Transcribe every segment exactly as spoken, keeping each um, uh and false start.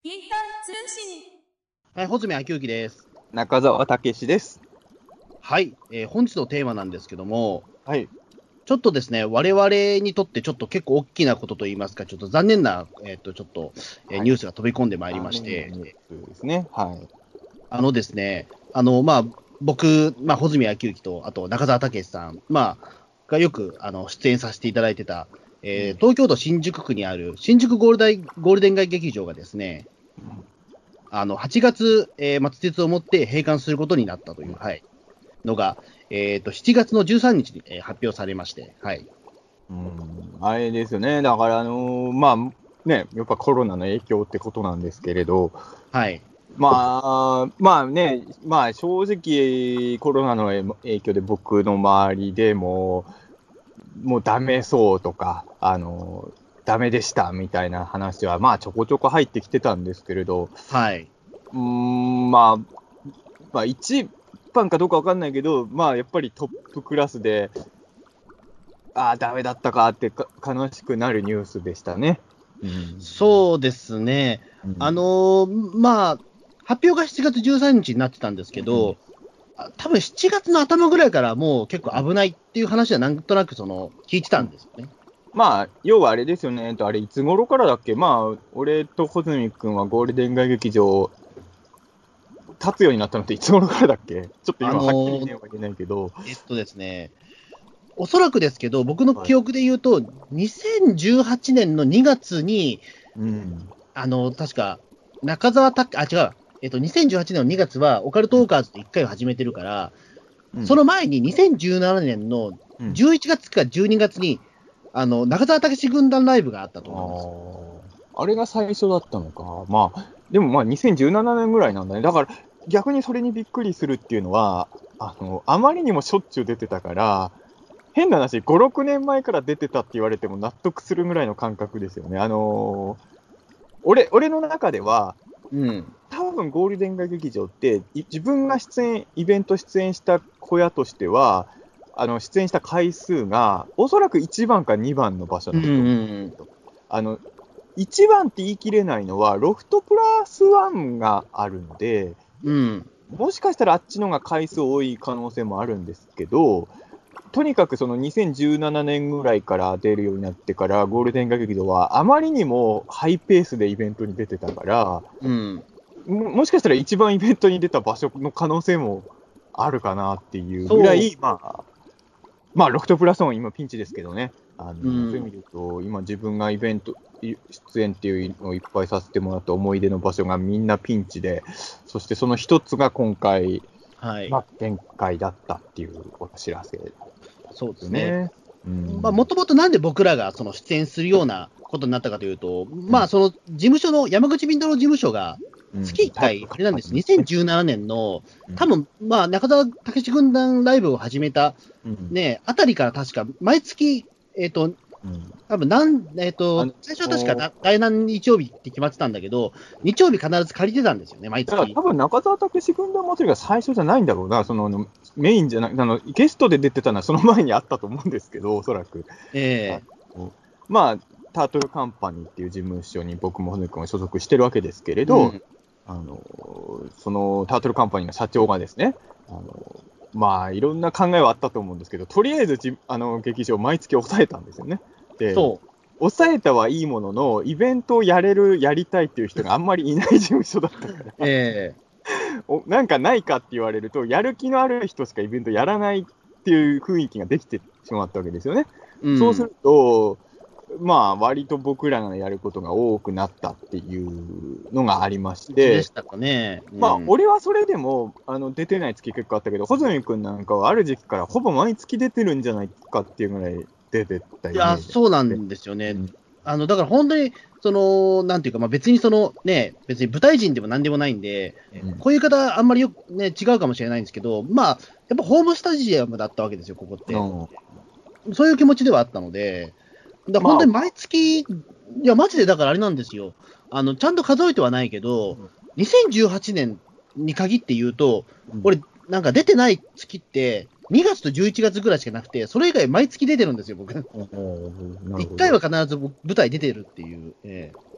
インターン通信。 はい、穂積昭之です。 中澤武史です。 はい、えー本日のテーマなんですけども、 はい。 ちょっとですね、我々にとってちょっと結構大きなことといいますか、ちょっと残念な、えっと、ちょっと、えーはいニュースが飛び込んでまいりまし残念て、 なニュースですね。はい。 あのですね、あの、まあ、僕、まあ、穂積昭之と、あと中澤武史さん、まあ、がよく、あの、出演させていただいてた、えーうん東京都新宿区にある新宿ゴールデンゴールデン街劇場がですね、あの、はちがつ、えー末日をもって閉館することになったという、はい、のが、えっと、しちがつのじゅうさんにちに、えー発表されまして、はい。 うん、あれですよね。だから、あのーまあ、ね、やっぱコロナの影響ってことなんですけれど、 はい。 まあ、まあね、まあ正直コロナの影響で僕の周りでも、もうダメそうとか、あのーダメでしたみたいな話は、まあちょこちょこ入ってきてたんですけれど、 はい。 うーん、まあ、まあ一番かどうかわかんないけど、まあやっぱりトップクラスで、ああ、ダメだったかってか悲しくなるニュースでしたね。うん。 そうですね。 うんあのーまあ、発表がしちがつじゅうさんにちになってたんですけど、あ多分しちがつの頭ぐらいからもう結構危ないっていう話はなんとなくその聞いてたんですよね。 まあ、要はあれですよね、えっとあれ、いつ頃からだっけ、まあ、俺と穂積君はゴールデン街劇場立つようになったのっていつ頃からだっけ、ちょっとあ今、はっきりのーねは言えないけど、 えっとですね、おそらくですけど、僕のはい記憶で言うと、にせんじゅうはちねんのにがつに、 うん、 あの、確か、中澤拓、あ、違う。えっと、にせんじゅうはちねんのにがつは、オカルトーカーズでいっかいを始めてるから、 うんその前ににせんじゅうななねんのうんじゅういちがつかじゅうにがつに、あの、中澤武史軍団ライブがあったと思います。 あーあれが最初だったのか、まあ、でもまあにせんじゅうななねんぐらいなんだね、だから逆にそれにびっくりするっていうのは、あのあまりにもしょっちゅう出てたから、変な話、ご、ろくねんまえから出てたって言われても納得するぐらいの感覚ですよね。あのー俺俺の中では、 うん。 多分ゴールデン街劇場ってい自分が出演イベント出演した小屋としては、あの出演した回数がおそらくいちばんかにばんの場所うんうだと思う。 んあのいちばんって言い切れないのはロフトプラスワンがあるので、 うん。うん。 もしかしたらあっちのが回数多い可能性もあるんですけど、とにかくそのにせんじゅうななねんぐらいから出るようになってから、ゴールデン街劇場はあまりにもハイペースでイベントに出てたから、 うん。 ももしかしたら一番イベントに出た場所の可能性もあるかなっていうぐらい、まあ、まあ、ロフトプラスワン今ピンチですけどね、あのうんそういう意味で言うと、今自分がイベントい出演っていうのをいっぱいさせてもらった思い出の場所がみんなピンチで、そしてその一つが今回、 はい。 まあ、展開だったっていうお知らせでそうですね。 すね。うんまあ、もともとなんで僕らがその出演するようなことになったかというと、まあ、その事務所の、山口敏太郎事務所が、月いっかい、あれなんです、にせんじゅうななねんの、多分まあ中澤武史軍団ライブを始めた、 うんね、あたりから確か、毎月、えっ、と、 うん多分なん、えっ、 あとの、 最初は確かだ第何日曜日って決まってたんだけど、日曜日必ず借りてたんですよね、毎月だから多。分中澤武史軍団祭りが最初じゃないんだろうな、そのあのメインじゃなくあのゲストで出てたのはその前にあったと思うんですけど、おそらく。 えまあ、タートルカンパニーっていう事務所に僕も骨君も所属してるわけですけれえど、 うんあのそのタートルカンパニーの社長がですね、あのまあ、いろんな考えはあったと思うんですけど、とりあえずじあの劇場、毎月抑えたんですよね。で、 そう。 抑えたはいいものの、イベントをやれる、やりたいっていう人があんまりいない事務所だったから、 えおなんかないかって言われると、やる気のある人しかイベントやらないっていう雰囲気ができてしまったわけですよね。 えうん、 そうすると、まあ、割と僕らがやることが多くなったっていうのがありましでて、 したかね。うんまあ、俺はそれでもあの出てない月結構あったけど、穂積君なんかはある時期からほぼ毎月出てるんじゃないかっていうぐらい出てたイいや、 メージ。 そうなんですよね。 うんあの、だから本当に、その、なんていうか、まあ、別にそのね、別に舞台人でもなんでもないんで、 うんこういう方、あんまりよくね、違うかもしれないんですけど、まあ、やっぱホームスタジアムだったわけですよ、ここって。 うんそういう気持ちではあったので、だから本当に毎月、いや、マジでだからあれなんですよ。あの、ちゃんと数えてはないけど、にせんじゅうはちねんに限って言うと、 うん俺、なんか出てない月って、にがつとじゅういちがつぐらいしかなくて、それ以外毎月出てるんですよ、僕。 うんなるほどいっかいは必ず僕舞台出てるっていう。ええ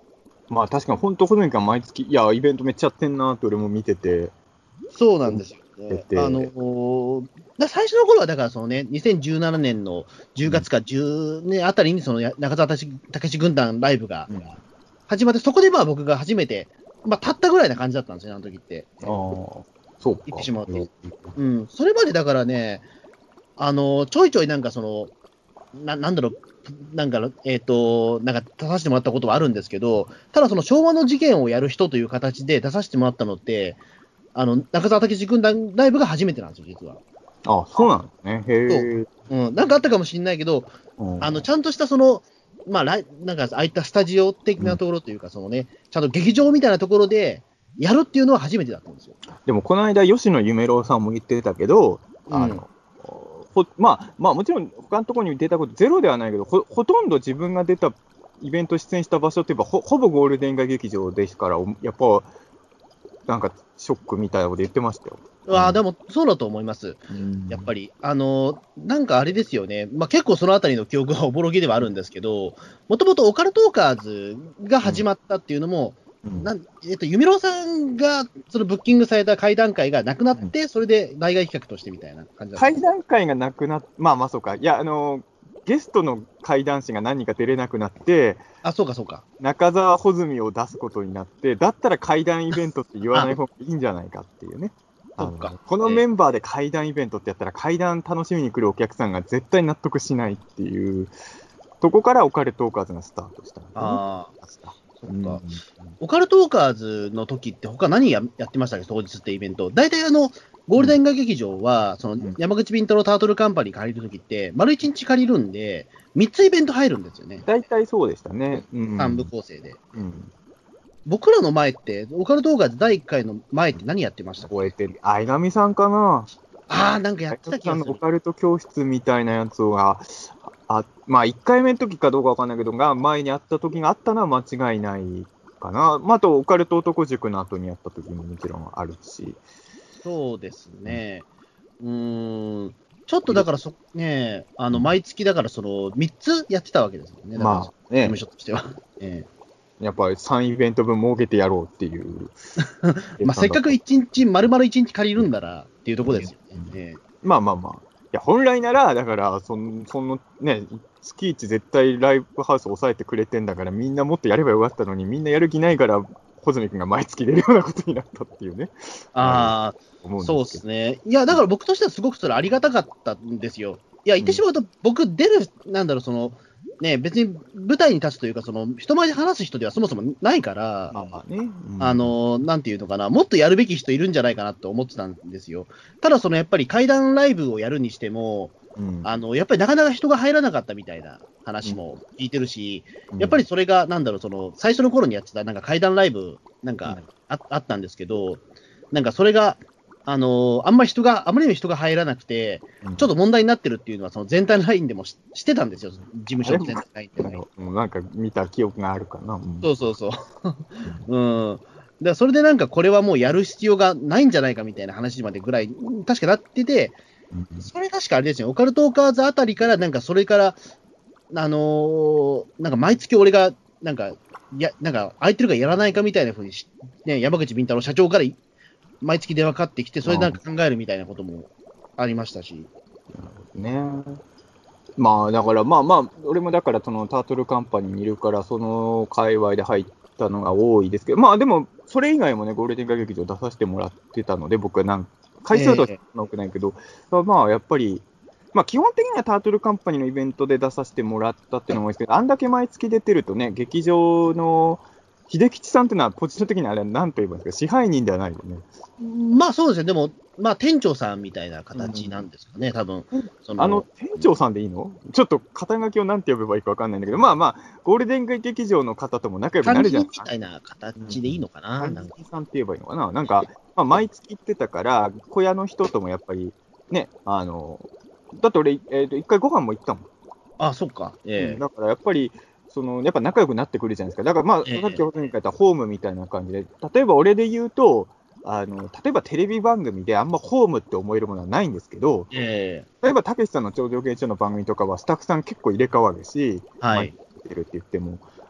まあ確かに本当、ほどにか毎月、いや、イベントめっちゃやってんなって俺も見てて。 そうなんですよね。 であのーだ最初の頃は、だからそのね、にせんじゅうななねんのじゅうがつかじゅうねんあたりに、そのや中澤武史軍団ライブがうん始まって、そこでまあ僕が初めて、まあ、たったぐらいな感じだったんですよね、あの時って。 ああ、そうか。 言ってしまうと。うん、それまでだからね、あのちょいちょいなんかその、ななんだろう、なんか、えっ、と、なんか出させてもらったことはあるんですけど、ただその昭和の事件をやる人という形で出させてもらったのって、あの中澤武史軍団ライブが初めてなんですよ、実は。 あ、そうなんですね。へえ。 うん、なんかあったかもしれないけど、 うんあのちゃんとしたその、まあ、ライなんかああいったスタジオ的なところというか、そのね、ちゃんと劇場みたいなところでやるっていうのは初めてだったんですよ。 でもこの間、吉野夢郎さんも言ってたけど、あの、ほまあ、まあもちろん他のところに出たことゼロではないけど、ほほとんど自分が出たイベント出演した場所って言えばほ、ほぼゴールデン街劇場ですから、おやっぱ、なんかショックみたいなこと言ってましたよ。 うん、ああ、でもそうだと思います。 うんやっぱり、あのなんかあれですよね、まあ、結構そのあたりの記憶はおぼろげではあるんですけど、もともとオカルトーカーズが始まったっていうのも、 うんなんえっと、弓郎さんがそのブッキングされた会談会がなくなって、それで内外企画としてみたいな感じだったんです。 会談会がなくなっまあまあそうか、いや、あのゲストの会談師が何人か出れなくなって、 あ、そうか、そうか。 中澤穂積を出すことになって、だったら会談イベントって言わない方がいいんじゃないかっていうね。あのそっかこのメンバーで会談イベントってやったら、会談楽しみに来るお客さんが絶対納得しないっていうとこからオカルトーカーズがスタートしたんだよね。 ああ、そっか。 うんオカルトーカーズの時って他何ややってましたっけ、当日ってイベント。大体あの、ゴールデン街劇場は、その山口ビンタロタートルカンパニー借りる時って、丸いちにち借りるんで、みっつイベント入るんですよね。 大体そうでしたね。うんさん部構成で。 うん僕らの前って、オカルトーカーズだいいっかいの前って何やってましたっけ？ 覚えてる。相波さんかな。 ああ、なんかやってた相波さんのオ気がする。 カルト教室みたいなやつが、あまあいっかいめの時かどうかわかんないけど、が前にあった時があったのは間違いないかな。まあ、あと、オカルト男塾の後にやった時ももちろんあるし。 そうですね。うーん。ちょっとだからそ、ね、あの、毎月だからその、みっつやってたわけですよね。だからまあ事ね務、所としては。ええやっぱりさんイベント分設けてやろうっていう。 まあ、せっかくいちにち、丸々いちにち借りるんだらっていうところですよね。ええまあまあまあ。いや、本来なら、だから、その、そのね、月いち絶対ライブハウス抑えてくれてんだから、みんなもっとやればよかったのに、みんなやる気ないから、穂積君が毎月出るようなことになったっていうね。 ああ、 思うんそうでけど。 ですすね。いや、だから僕としてはすごくそれありがたかったんですよ。いや、言ってしまうと、僕出る、なんだろう、その、ね、別に舞台に立つというか、その、人前で話す人ではそもそもないから、 まあまあね。うんあ、の、なんていうのかな、もっとやるべき人いるんじゃないかなと思ってたんですよ。ただ、そのやっぱり怪談ライブをやるにしても、 うんあのやっぱりなかなか人が入らなかったみたいな話も聞いてるし、やっぱりそれが、なんだろう、その最初の頃にやってたなんか怪談ライブなんかあ,、あったんですけど、なんかそれが、あのあんまり人が、あまりにも人が入らなくて、 うんちょっと問題になってるっていうのは、その全体のラインでもししてたんですよ、事務所の全体ラインでも。 うんなんか見た記憶があるかな。うんそうそうそう。うん。だからそれでなんかこれはもうやる必要がないんじゃないかみたいな話までぐらい、確かなってて、 うんそれ確かあれですよ、オカルトーカーズあたりから、なんかそれから、あのーなんか毎月俺が、なんか、や、なんか空いてるかやらないかみたいなふうにし、ね、山口敏太郎社長からい毎月電話かかってきて、それでなんか考えるみたいなこともありましたし。 ね。まあだからまあまあ俺もだからそのタートルカンパニーにいるからその界隈で入ったのが多いですけど、まあでもそれ以外もねゴールデン歌劇場出させてもらってたので僕はなん回数はそんな多くないけど、まあやっぱりまあ基本的にはタートルカンパニーのイベントで出させてもらったっていうのも多いですけど、あんだけ毎月出てるとね劇場の秀吉さんっていうのはポジション的にあれは何と言いますか支配人ではないよね。 まあそうですね、でも、まあ店長さんみたいな形なんですかね、多分そあの店長さんでいいの？ちょっと肩書きをなんて呼べばいいかわかんないんだけど、まあまあ、ゴールデン劇場の方とも仲良くな管理るじゃないですか。 人みたいな形でいいのかな、 管なんか理人さんって言えばいいのかな。なんか、まあ、毎月行ってたから、小屋の人ともやっぱり、ね、あの、だって俺、えー、と一回ご飯も行ったもん。 あ、そっか、ええだからやっぱり、そのやっぱ仲良くなってくるじゃないですか。だからまあ、 ええさっきほどに書いたホームみたいな感じで、例えば俺で言うと、あの例えばテレビ番組であんまホームって思えるものはないんですけど、 え例えばたけしさんの超常現象の番組とかはスタッフさん結構入れ替わるし、 えはい。 出てるって言っても、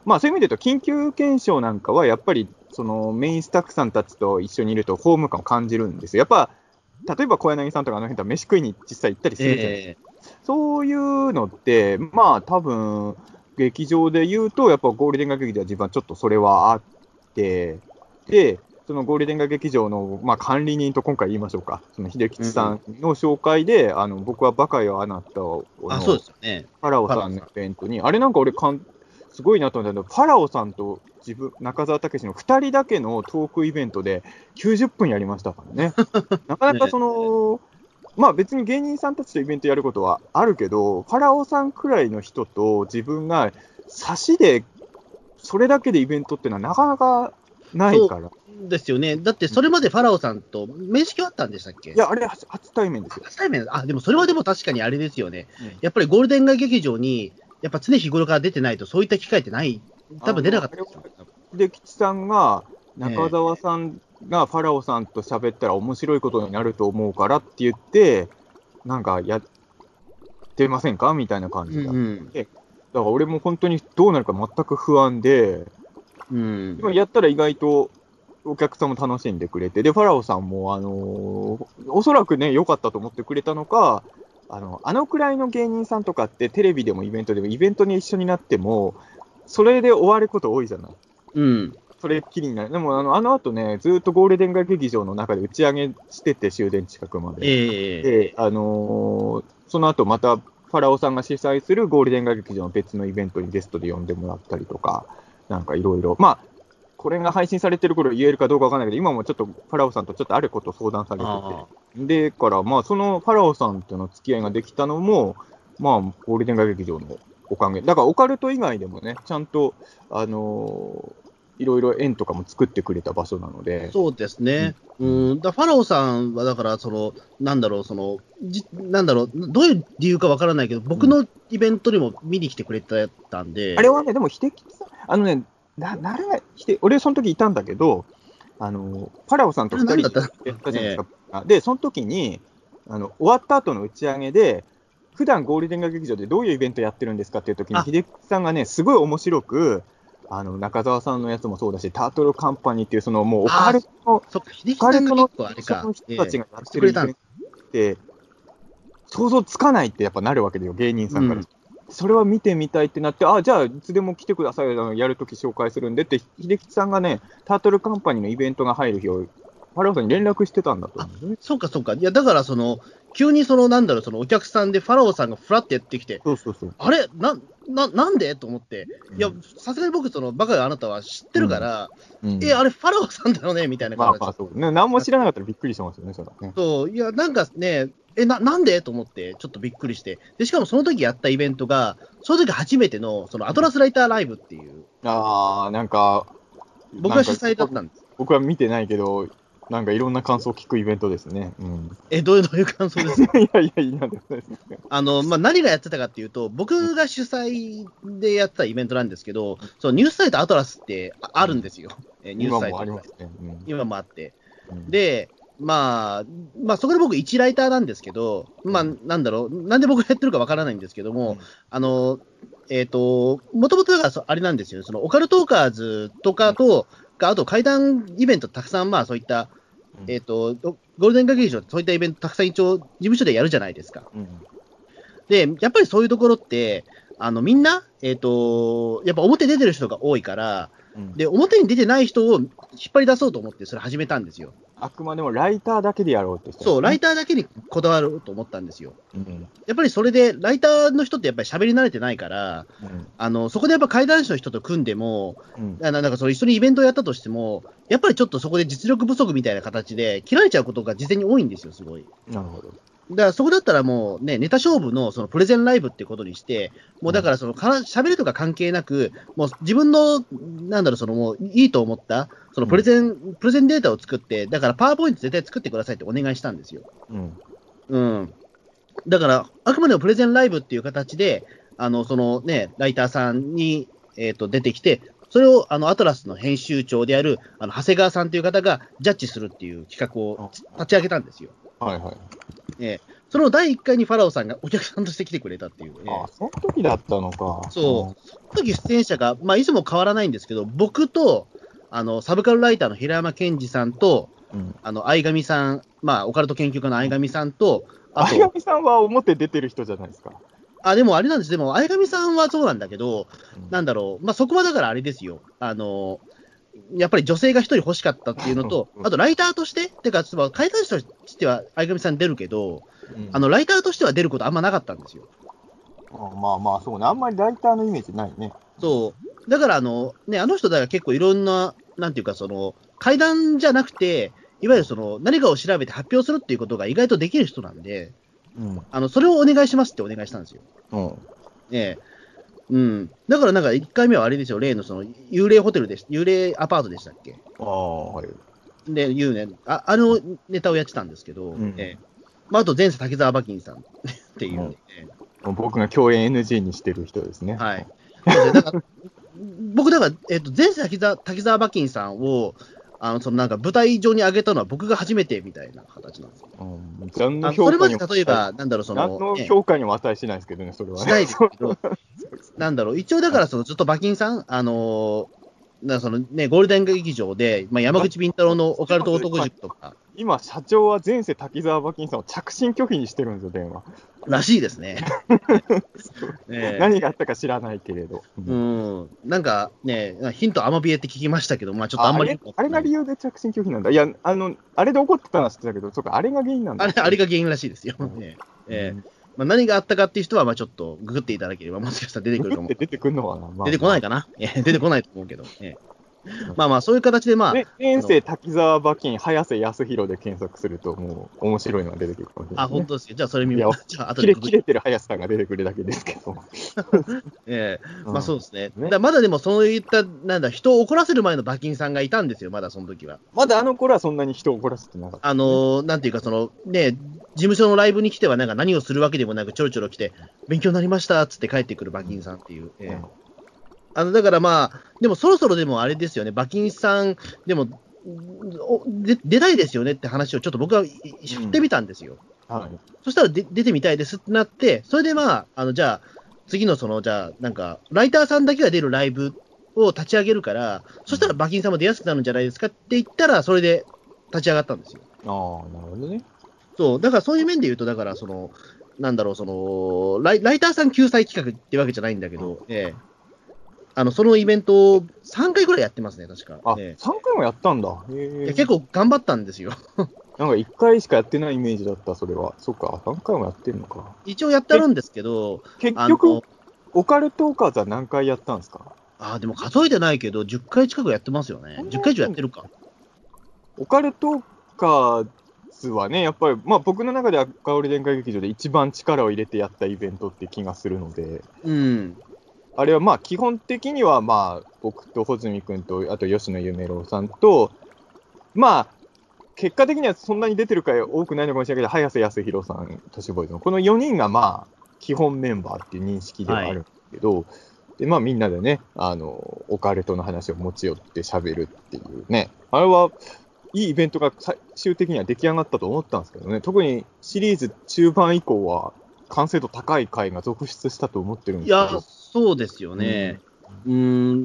まあそういう意味で言うと、緊急検証なんかはやっぱりそのメインスタッフさんたちと一緒にいるとホーム感を感じるんですよ。やっぱ例えば小柳さんとかあの辺とは飯食いに実際行ったりするじゃないですか。えー、そういうのって、まあ多分劇場で言うと、やっぱゴールデン街劇場は自分はちょっとそれはあって、で、そのゴールデン街劇場の、まあ、管理人と今回言いましょうか、その秀吉さんの紹介で、うん、あの僕はバカよあなたを、 あ、そうですよね。 ファラオさんのイベントに、あれなんか俺かん、すごいなと思ったんだけど、ファラオさんと自分、中澤武史のふたりだけのトークイベントできゅうじゅっぷんやりましたからね。なかなかその、ね、まあ別に芸人さんたちとイベントやることはあるけど、ファラオさんくらいの人と自分が差しで、それだけでイベントっていうのはなかなかないから。 そうですよね。だってそれまでファラオさんと面識はあったんでしたっけ？ いや、あれ初対面ですよ。 初対面。あ、でもそれはでも確かにあれですよね。うん、やっぱりゴールデン街劇場に、やっぱ常日頃から出てないと、そういった機会ってない、多分出なかったですよ。 で、吉さんが、中澤さんがファラオさんと喋ったら面白いことになると思うからって言って、なんかやってませんかみたいな感じで、うんうん。だから俺も本当にどうなるか全く不安で、うん、やったら意外とお客さんも楽しんでくれて、で、ファラオさんも、あのー、おそらくね、良かったと思ってくれたのか、あの、あのくらいの芸人さんとかってテレビでもイベントでもイベントに一緒になってもそれで終わること多いじゃない。 うん。 それっきりになる。でもあのあの後ね、ずっとゴールデン街劇場の中で打ち上げしてて終電近くまで。 えー、 で、あのー、その後またファラオさんが主催するゴールデン街劇場の別のイベントにゲストで呼んでもらったりとか、なんかいろいろ。まあこれが配信されてる頃言えるかどうかわかんないけど、今もちょっとファラオさんとちょっとあることを相談されてて、でから、まあ、そのファラオさんとの付き合いができたのも、まあ、ゴールデン街劇場のおかげ。だから、オカルト以外でもね、ちゃんと、あのー、いろいろ縁とかも作ってくれた場所なので。 そうですね。うん、うんだファラオさんは、だから、その、なんだろう、その、じなんだろう、どういう理由かわからないけど、僕のイベントにも見に来てくれてたんで。 うん、あれはね、でも、秀吉さん、あのね、な、ならない、俺その時いたんだけど、あの、ファラオさんとふたりでやったじゃないですか。えー、で、その時に、あの、終わった後の打ち上げで、普段ゴールデン街劇場でどういうイベントやってるんですかっていう時に、秀樹さんがね、すごい面白く、あの、中澤さんのやつもそうだし、タートルカンパニーっていう、そのもうオカルトの、 オカルトの人たちがやってるイベントって、想像つかないってやっぱなるわけだよ、芸人さんから。うん、それは見てみたいってなって、あ、じゃあいつでも来てください、やるとき紹介するんでって、秀吉さんがね、タートルカンパニーのイベントが入る日を、ファラオさんに連絡してたんだと思う、ね。 そうか、そうか。いや、だから、その、急にその、なんだろう、そのお客さんでファラオさんがフラってやってきて、 そうそうそう。 あれな、な、なんでと思って、うん、いや、さすがに僕、その、バカよあなたは知ってるから、うんうん、え、あれ、ファラオさんだよねみたいな感じ。 まあまあ、そうね。何も知らなかったらびっくりしますよね、それはね。 そう、いや、なんかね、え、な、なんでと思って、ちょっとびっくりして。で、しかもその時やったイベントが、その時初めての、そのアトラスライターライブっていう。 ああ、なんか、 僕が主催だったんです。 僕は見てないけど、なんかいろんな感想を聞くイベントですね。うん、 え、どういう、どういう感想ですか？ いやいや、いいなんですね。 あの、まあ、何がやってたかっていうと、僕が主催でやってたイベントなんですけど、そのニュースサイトアトラスってあるんですよ。うん、ニュースサイト。 今もありますね。うん、 今もあって。うん、で、まあ、まあ、そこで僕、一ライターなんですけど、まあ、なんだろう、なんで僕がやってるかわからないんですけども、うん、あの、えっ、ー、と、もともとあれなんですよ、そのオカルトーカーズとかと、うん、あと怪談イベントたくさん、まあ、そういった、うん、えっ、ー、と、ゴールデン街劇場そういったイベントたくさん一応、事務所でやるじゃないですか。うん、で、やっぱりそういうところって、あの、みんな、えっ、ー、と、やっぱ表出てる人が多いから、うん、で、表に出てない人を引っ張り出そうと思って、それ始めたんですよ。 あくまでもライターだけでやろうってして、 ね、そう、ライターだけにこだわろうと思ったんですよ。うん、やっぱりそれで、ライターの人ってやっぱり喋り慣れてないから、うん、あのそこでやっぱ怪談師の人と組んでも、うん、なんかその一緒にイベントをやったとしても、やっぱりちょっとそこで実力不足みたいな形で切られちゃうことが事前に多いんですよ、すごい。 なるほど。 だからそこだったらもうね、ネタ勝負のそのプレゼンライブってことにして、もうだからその喋るとか関係なく、もう自分の、なんだろう、そのもういいと思った、そのプレゼン、うん、プレゼンデータを作って、だからパワーポイント絶対作ってくださいってお願いしたんですよ。うん。うん。だから、あくまでもプレゼンライブっていう形で、あの、そのね、ライターさんに、えっと、出てきて、それをあのアトラスの編集長であるあの長谷川さんという方がジャッジするっていう企画を立ち上げたんですよ。 はいはい。 えそのだいいっかいにファラオさんがお客さんとして来てくれたっていう、ね。 ああ、その時だったのか。 そう。その時出演者が、まあ、いつも変わらないんですけど、僕と、あの、サブカルライターの平山健二さんと、 うん、 あの、相上さん、まあ、オカルト研究家の相上さんと、あと、 相上さんは表出てる人じゃないですか。 あ、でもあれなんです。でも、相上さんはそうなんだけど、 うん、 なんだろう。まあ、そこはだからあれですよ。あの、やっぱり女性が一人欲しかったっていうのと、あとライターとして、てか、開催者としては相上さん出るけど、うん、あのライターとしては出ることあんまなかったんですよ。 あまあまあ、そうね。あんまりライターのイメージないね。 そう。だから、あの、ね、あの人だから結構いろんな、なんていうか、その、怪談じゃなくて、いわゆるその、何かを調べて発表するっていうことが意外とできる人なんで、うん、あの、それをお願いしますってお願いしたんですよ。うん。ねえ。うん。だからなんかいっかいめはあれですよ、例のその幽霊ホテルでした、幽霊アパートでしたっけ？ ああ、はい。 で、いうね、ああのネタをやってたんですけど、うん、えーまあ、あと前世滝沢馬琴さんっていう、ね、 うん、僕が共演 エヌジー にしてる人ですね。 はい。だから僕、だから、えっと、前世滝沢滝沢馬琴さんを、あの、そのなんか舞台上に上げたのは僕が初めてみたいな形なんですよ。うん、あそれまで例えば、なんだろう、その。 何の評価にも値しないですけどね、それは、ね。 しないですけど、なんだろう、一応だからそのずっと馬琴さん、あのー、だそのね、ゴールデン劇場で、まあ、山口敏太郎のオカルト男塾とか。 今、社長は前世滝沢馬琴さんを着信拒否にしてるんですよ、電話。 らしいですね。 ね何があったか知らないけれど。 うん、うんなんかね、ヒントアマビエって聞きましたけど、まあちょっとあんまりあ。 あれが理由で着信拒否なんだ。いや、あの、あれで怒ってたのは知ってたけど、そうか、あれが原因なんだ。 あれあれが原因らしいですよ。うんええーまあ、何があったかっていう人は、まあちょっとググっていただければ、もしかしたら出てくるかも。 出てくるのかな、 まあ、出てこないかな、えー、出てこないと思うけど。えーまあまあ、そういう形で、まあ。 前世滝沢馬琴、早瀬康弘で検索すると、もう面白いのが出てくるかもしれない、ね。 あ、本当ですよ。じゃあ、それ見よう。じゃあ、 後で切れ。切れてる早瀬さんが出てくるだけですけど。 ええー、まあそうですね。ねだまだでも、そういった、なんだ、人を怒らせる前の馬琴さんがいたんですよ、まだその時は。 まだあの頃はそんなに人を怒らせてなかった、ね。 あのー、なんていうか、その、ね、事務所のライブに来ては、なんか何をするわけでもなく、ちょろちょろ来て、勉強になりましたっつって帰ってくる馬琴さんっていう。えーうんあのだからまあ、でもそろそろでもあれですよね、馬琴さん、でもで出たいですよねって話をちょっと僕は振ってみたんですよ。うんはい、そしたらで出てみたいですってなって、それでまあ、あのじゃあ、次のその、じゃあ、なんか、ライターさんだけが出るライブを立ち上げるから、そしたら馬琴さんも出やすくなるんじゃないですかって言ったら、それで立ち上がったんですよ。 ああ、なるほどね。そう、 だからそういう面で言うと、だからその、なんだろう、そのライ、ライターさん救済企画ってわけじゃないんだけど、うんええあのそのイベントをさんかいぐらいやってますね、確か。 あ、ええ、さんかいもやったんだ。 へえ。結構頑張ったんですよ。 なんかいっかいしかやってないイメージだった、それは。そっか、さんかいもやってるのか。 一応やってるんですけど、 結局、オカルトーカーズは何回やったんですか？ あ、でも数えてないけど、じゅっかい近くやってますよね。じゅっかい以上やってるか。 オカルトーカーズはね、やっぱり、まあ僕の中ではゴールデン会劇場で一番力を入れてやったイベントって気がするので。 うん。 あれはまあ基本的にはまあ僕と穂積君とあと吉野夢郎さんとまあ結果的にはそんなに出てる回多くないのかもしれないけど早瀬康弘さん、都市ボーイズのこのよにんがまあ基本メンバーっていう認識ではあるんですけど、はい、でまあみんなでねあのオカルトの話を持ち寄って喋るっていうねあれはいいイベントが最終的には出来上がったと思ったんですけどね特にシリーズ中盤以降は完成度高い回が続出したと思ってるんですけど。 いやそうですよね。うん、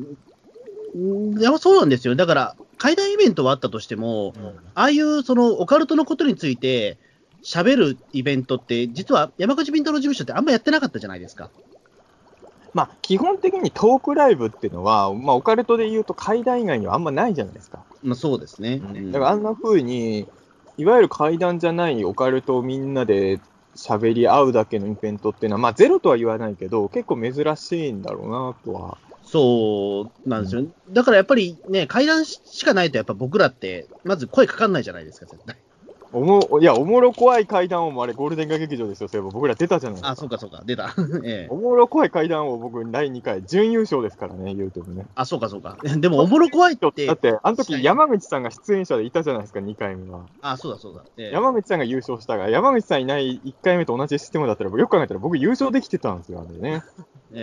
うんやっぱそうなんですよ。だから、怪談イベントはあったとしても、うん、ああいうそのオカルトのことについて喋るイベントって、実は山口敏太郎事務所ってあんまやってなかったじゃないですか。 まあ、基本的にトークライブっていうのは、まあ、オカルトでいうと怪談以外にはあんまないじゃないですか。 まあ、そうですね。 うん、だからあんな風に、いわゆる怪談じゃないオカルトをみんなで喋り合うだけのイベントっていうのは、まあ、ゼロとは言わないけど、結構珍しいんだろうなとは。 そうなんですよ、うん。だからやっぱりね、怪談しかないと、やっぱ僕らって、まず声かかんないじゃないですか、絶対。 おもいや、おもろ怖い怪談王もあれ、ゴールデン劇場ですよ、そういえば僕ら出たじゃないですか。 あ、そうかそうか、出た。ええ、 おもろ怖い怪談王、僕、だいにかい、準優勝ですからね、言うてもね。 あ、そうかそうか。でも、おもろ怖いって。 だって、あの時山口さんが出演者でいたじゃないですか、にかいめは。 あ、そうだそうだ。ええ、 山口さんが優勝したが、山口さんいないいっかいめと同じシステムだったら、よく考えたら僕優勝できてたんですよ、あれね。 ええ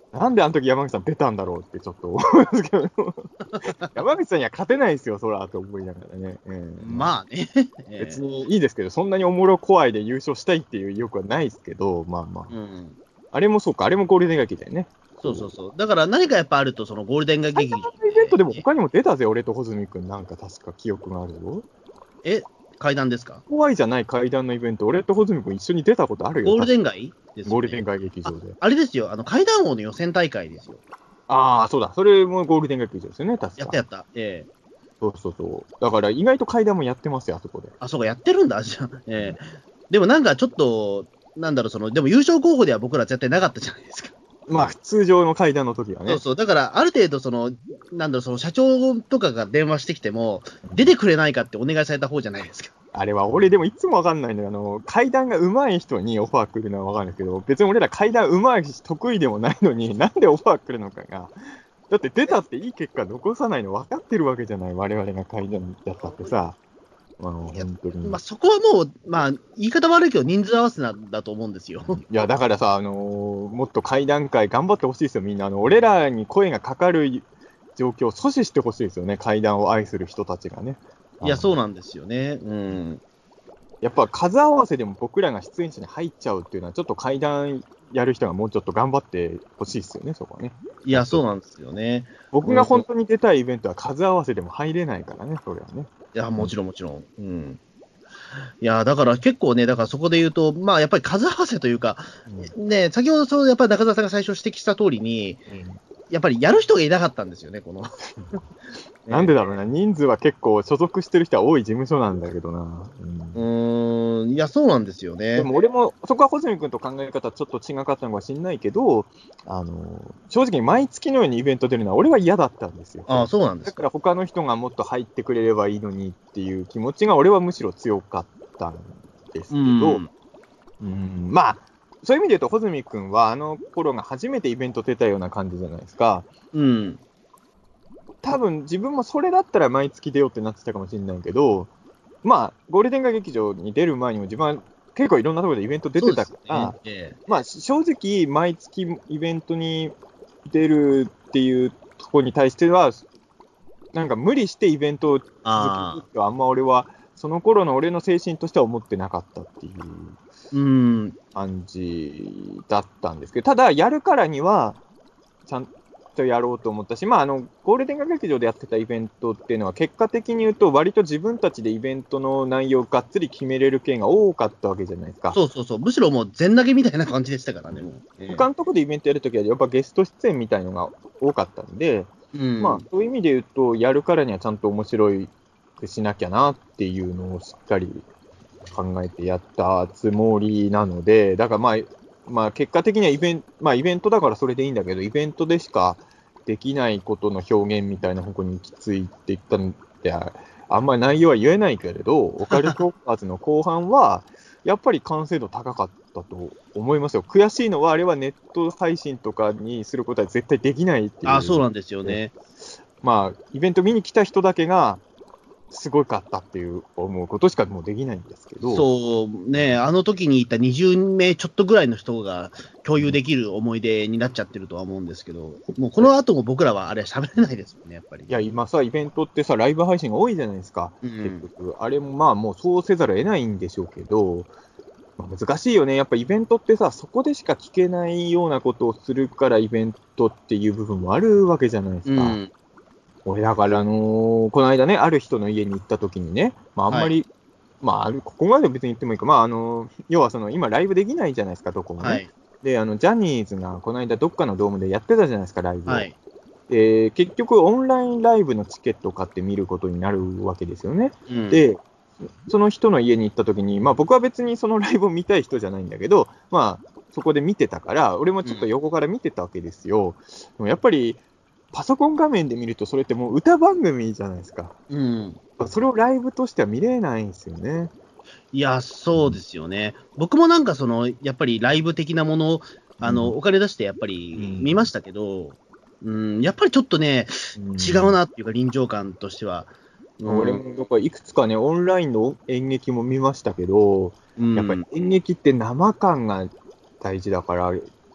なんであの時山口さん出たんだろうってちょっと思いますけど、山口さんには勝てないですよ、そらと思いながらね。えー、 まあね。 別にいいですけど、そんなにおもろ怖いで優勝したいっていう意欲はないですけど、まあまあ。 うん、 あれもそうか、あれもゴールデン街劇だよね。 そうそうそう。だから何かやっぱあると、そのゴールデン街劇場イベントでも他にも出たぜ、俺と穂積君、なんか確か記憶があるよ。 え、階段ですか？ 怖いじゃない階段のイベント、俺と穂積君一緒に出たことあるよ。 ゴールデン街ですよね。 ゴールデン街劇場で。 あ、あれですよ、あの階段王の予選大会ですよ。 ああ、そうだ、それもゴールデン劇場ですよね、確か。 やったやった。ええそうそうそう。だから意外と階段もやってますよ、あそこで。 あ、そうか、やってるんだ、じゃあ。ええでもなんかちょっと、なんだろう、その、でも優勝候補では僕ら絶対なかったじゃないですか。 まあ、通常の階段の時はね。 そうそう、だからある程度、その、なんだろう、その社長とかが電話してきても、出てくれないかってお願いされた方じゃないですか。 あれは、俺でもいつもわかんないんだよ。あの、階段が上手い人にオファー来るのはわかるんですけど、別に俺ら階段上手いし得意でもないのに、なんでオファー来るのかが。だって出たっていい結果残さないの分かってるわけじゃない。我々が階段だったってさ。あの、本当に。 まあ、そこはもう、まあ、言い方悪いけど、人数合わせなんだと思うんですよ。 いや、だからさ、あのーもっと階段階頑張ってほしいですよ、みんな。あの、俺らに声がかかる状況を阻止してほしいですよね、階段を愛する人たちがね。 いや、そうななんですよね。うん。 やっぱ数合わせでも僕らが出演者に入っちゃうっていうのは、ちょっと階段やる人がもうちょっと頑張ってほしいですよね、そこはね。 いや、そうなんですよね。 僕が本当に出たいイベントは数合わせでも入れないからね、それはね。 いや、もちろん、もちろん。うん。いや、だから結構ね、だからそこで言うと、まあ、やっぱり数合わせというか、ね、先ほど、そう、やっぱり中澤さんが最初指摘した通りに、 うんやっぱりやる人がいなかったんですよね、この。 なんでだろうな、人数は結構所属してる人は多い事務所なんだけどな。 ううんーん、いや、そうなんですよね。 でも俺も、そこは穂積君と考え方ちょっと違かったのかもしれないけど、あの、正直毎月のようにイベント出るのは俺は嫌だったんですよ。 ああ、そうなんですか。 だから他の人がもっと入ってくれればいいのにっていう気持ちが俺はむしろ強かったんですけど、 うんうんまあ、そういう意味で言うと、穂積君はあの頃が初めてイベント出たような感じじゃないですか。 うん。 多分自分もそれだったら毎月出ようってなってたかもしれないけど、まあ、ゴールデン街劇場に出る前にも自分は結構いろんなところでイベント出てたから、 そうですねええまあ正直毎月イベントに出るっていうところに対しては、なんか無理してイベントを続けるとあんま俺は、その頃の俺の精神としては思ってなかったっていううん。 感じだったんですけど、ただやるからには、ちゃんとやろうと思ったし、まあ、あのゴールデン街劇場でやってたイベントっていうのは、結果的に言うと、割と自分たちでイベントの内容をがっつり決めれる件が多かったわけじゃないですか。 そうそうそう。むしろもう全投げみたいな感じでしたからね、もう。ええ他のところでイベントやるときは、やっぱゲスト出演みたいのが多かったんで、 うん。 まあ、そういう意味で言うと、やるからにはちゃんと面白いくしなきゃなっていうのをしっかり考えてやったつもりなので、だからまあ、まあ、結果的にはイベント、まあ、イベントだからそれでいいんだけど、イベントでしかできないことの表現みたいな方向に行き着いていったんで、あんまり内容は言えないけれど、オカルトーズの後半は、やっぱり完成度高かったと思いますよ。悔しいのは、あれはネット配信とかにすることは絶対できないっていう。 あ、そうなんですよね。 まあ、イベント見に来た人だけが、すごかったっていう思うことしかもうできないんですけど。 そうね、あの時にいたにじゅうめいちょっとぐらいの人が共有できる思い出になっちゃってるとは思うんですけど、もうこの後も僕らはあれは喋れないですもんね、やっぱり。 いや、今さ、イベントってさ、ライブ配信が多いじゃないですか。 うん結局。あれもまあ、もうそうせざるを得ないんでしょうけど、まあ、難しいよね。やっぱイベントってさ、そこでしか聞けないようなことをするからイベントっていう部分もあるわけじゃないですか。 うん俺だから、あのーこの間ね、ある人の家に行った時にね、まあ、あんまり、まあ、あるここまで別に言ってもいいか、まあ、あのー要はその、今ライブできないじゃないですか、どこもね。 はい。でで、あの、ジャニーズがこの間どっかのドームでやってたじゃないですか、ライブを。 はい。 で、結局オンラインライブのチケットを買って見ることになるわけですよね。 うん、 で、その人の家に行った時に、まあ僕は別にそのライブを見たい人じゃないんだけど、まあそこで見てたから、俺もちょっと横から見てたわけですよ。でもやっぱり、パソコン画面で見るとそれってもう歌番組じゃないですか。 うん。 それをライブとしては見れないんですよね。 いや、そうですよね。僕もなんかその、やっぱりライブ的なものを、あの、 うんお金出してやっぱり見ましたけど、うん、やっぱりちょっとね、 うん違うなっていうか臨場感としては。うん俺もだからいくつかね、オンラインの演劇も見ましたけど、 うんやっぱり演劇って生感が大事だから、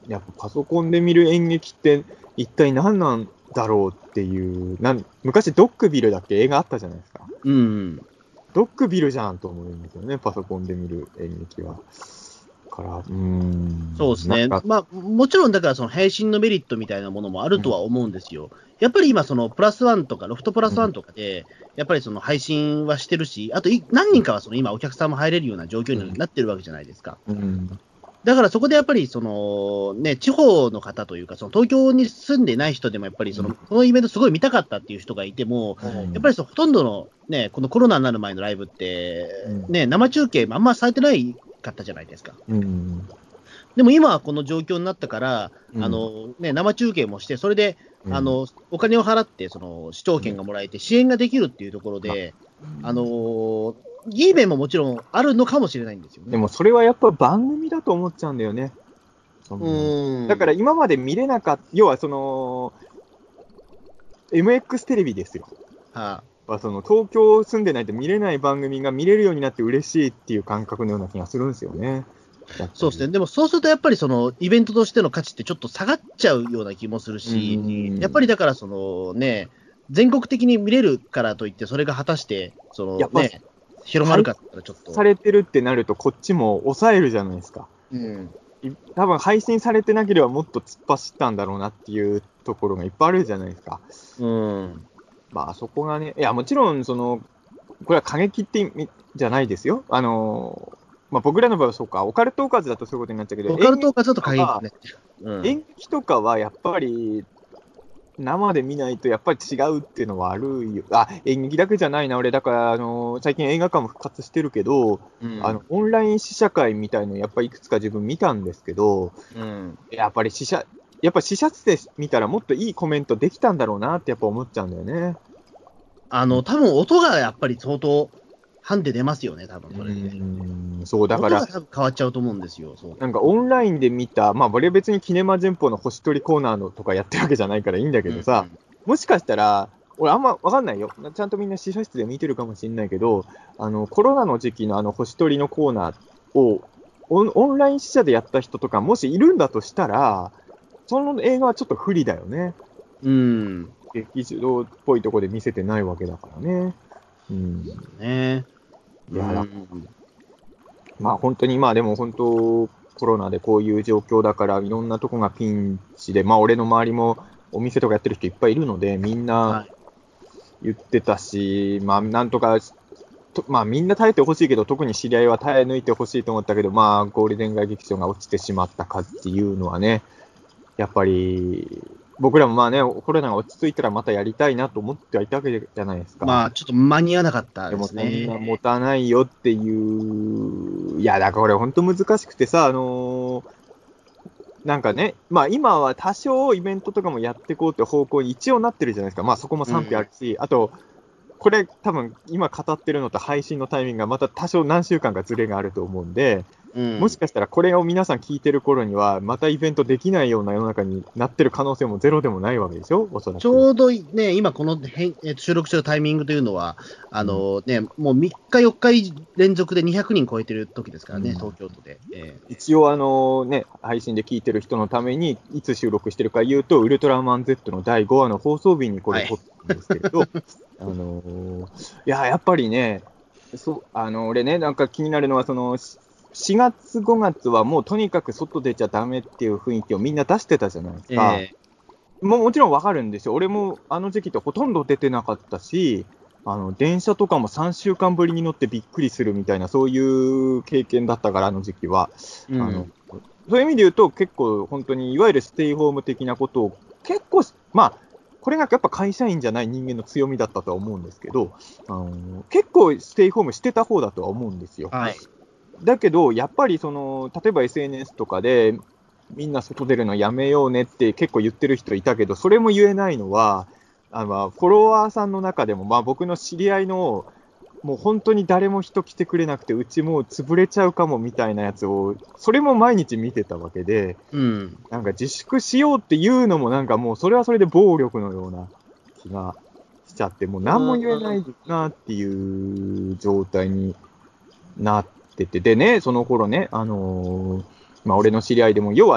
やっぱパソコンで見る演劇って一体何なんだろうっていう、なん昔ドックビルだっけ映画あったじゃないですか。 うん。 ドックビルじゃんと思うんですよね、パソコンで見る演劇は。から、うーん。 そうですね。まあ、もちろんだからその配信のメリットみたいなものもあるとは思うんですよ。うん、やっぱり今そのプラスワンとかロフトプラスワンとかで、うん、やっぱりその配信はしてるし、あと何人かはその今お客さんも入れるような状況になってるわけじゃないですか。うんうんだからそこでやっぱりその、ね、地方の方というか、その東京に住んでない人でもやっぱりその、このイベントすごい見たかったっていう人がいても、うん、やっぱりそのほとんどの、ね、このコロナになる前のライブって、ね、生中継あんまされてないかったじゃないですか。うん、でも今はこの状況になったから、うん、あのね、生中継もして、それで、うん、あのお金を払ってその視聴券がもらえて支援ができるっていうところで、うん、あのーいい面ももちろんあるのかもしれないんですよね。 でもそれはやっぱ番組だと思っちゃうんだよね。うんだから今まで見れなかった、要はその、エムエックス テレビですよ。はあ、その東京住んでないと見れない番組が見れるようになって嬉しいっていう感覚のような気がするんですよね。 そうですね。でもそうするとやっぱりそのイベントとしての価値ってちょっと下がっちゃうような気もするし、やっぱりだからそのね、全国的に見れるからといって、それが果たして、そのね、広まるかって言ったらちょっと。 されてるってなると、こっちも抑えるじゃないですか。うん。多分配信されてなければもっと突っ走ったんだろうなっていうところがいっぱいあるじゃないですか。うん。まあそこがね、いやもちろんその、これは過激って意味じゃないですよ。あの、まあ僕らの場合はそうか、オカルトーカーズだとそういうことになっちゃうけど、 オカルトーカーズだと過激ですね。 うん、演劇とかはやっぱり、生で見ないとやっぱり違うっていうのはあるよ。あ、演劇だけじゃないな、俺。だから、あのー、最近映画館も復活してるけど、うん、あの、オンライン試写会みたいのやっぱりいくつか自分見たんですけど、うん、やっぱり試写、やっぱ試写室で見たらもっといいコメントできたんだろうなってやっぱ思っちゃうんだよね。 あの、多分音がやっぱり相当、ハンデ出ますよね、多分それで。うんそう、だから。 音が多分変わっちゃうと思うんですよ。そうなんかオンラインで見た、まあ、俺別にキネマ旬報の星取りコーナーのとかやってるわけじゃないからいいんだけどさ、うんうん、もしかしたら、俺あんまわかんないよ。ちゃんとみんな試写室で見てるかもしれないけど、あの、コロナの時期のあの星取りのコーナーをオン、オンライン試写でやった人とかもしいるんだとしたら、その映画はちょっと不利だよね。うん。劇場っぽいとこで見せてないわけだからね。うん。ねいや、うん、まあ本当に、まあでも本当、コロナでこういう状況だから、いろんなとこがピンチで、まあ俺の周りもお店とかやってる人いっぱいいるので、みんな言ってたし、はい、まあなんとか、とまあみんな耐えてほしいけど、特に知り合いは耐え抜いてほしいと思ったけど、まあゴールデン街劇場が落ちてしまったかっていうのはね、やっぱり、僕らもまあね、コロナが落ち着いたらまたやりたいなと思ってはいたわけじゃないですか。 まあ、ちょっと間に合わなかったですね。 でもそんな持たないよっていう、いや、だからこれ本当難しくてさ、あのー、なんかね、まあ今は多少イベントとかもやっていこうって方向に一応なってるじゃないですか。まあそこも賛否あるし、うん、あと、これ多分今語ってるのと配信のタイミングがまた多少何週間かずれがあると思うんで、うん、もしかしたらこれを皆さん聞いてる頃にはまたイベントできないような世の中になってる可能性もゼロでもないわけでしょ、おそらく。 ちょうどね、今この編収録してるタイミングというのは、あのね、うん、もうみっかよっか連続でにひゃくにん超えてる時ですからね、うん、東京都で。えー、一応あのね、配信で聞いてる人のためにいつ収録してるか言うと、ウルトラマン Z のだいごわの放送日にこれ撮ったんですけれど、はい、あのー、いや、やっぱりね、そうあの俺ね、なんか気になるのはその、しがつ、ごがつはもうとにかく外出ちゃダメっていう雰囲気をみんな出してたじゃないですか。えー、も, もちろんわかるんですよ。俺もあの時期ってほとんど出てなかったし、あの電車とかもさんしゅうかんぶりに乗ってびっくりするみたいな、そういう経験だったから、あの時期は。うん、あのそういう意味で言うと、結構本当にいわゆるステイホーム的なことを結構、まあ、これがやっぱ会社員じゃない人間の強みだったとは思うんですけど、あの結構ステイホームしてた方だとは思うんですよ。はい、だけど、やっぱりその、例えば エスエヌエス とかで、みんな外出るのやめようねって結構言ってる人いたけど、それも言えないのは、あのフォロワーさんの中でも、まあ、僕の知り合いの、もう本当に誰も人来てくれなくて、うちもう潰れちゃうかもみたいなやつを、それも毎日見てたわけで、うん、なんか自粛しようっていうのも、なんかもうそれはそれで暴力のような気がしちゃって、もう何も言えないなっていう状態になってて、でね、その頃ね、あのー、まあ俺の知り合いでも、要は、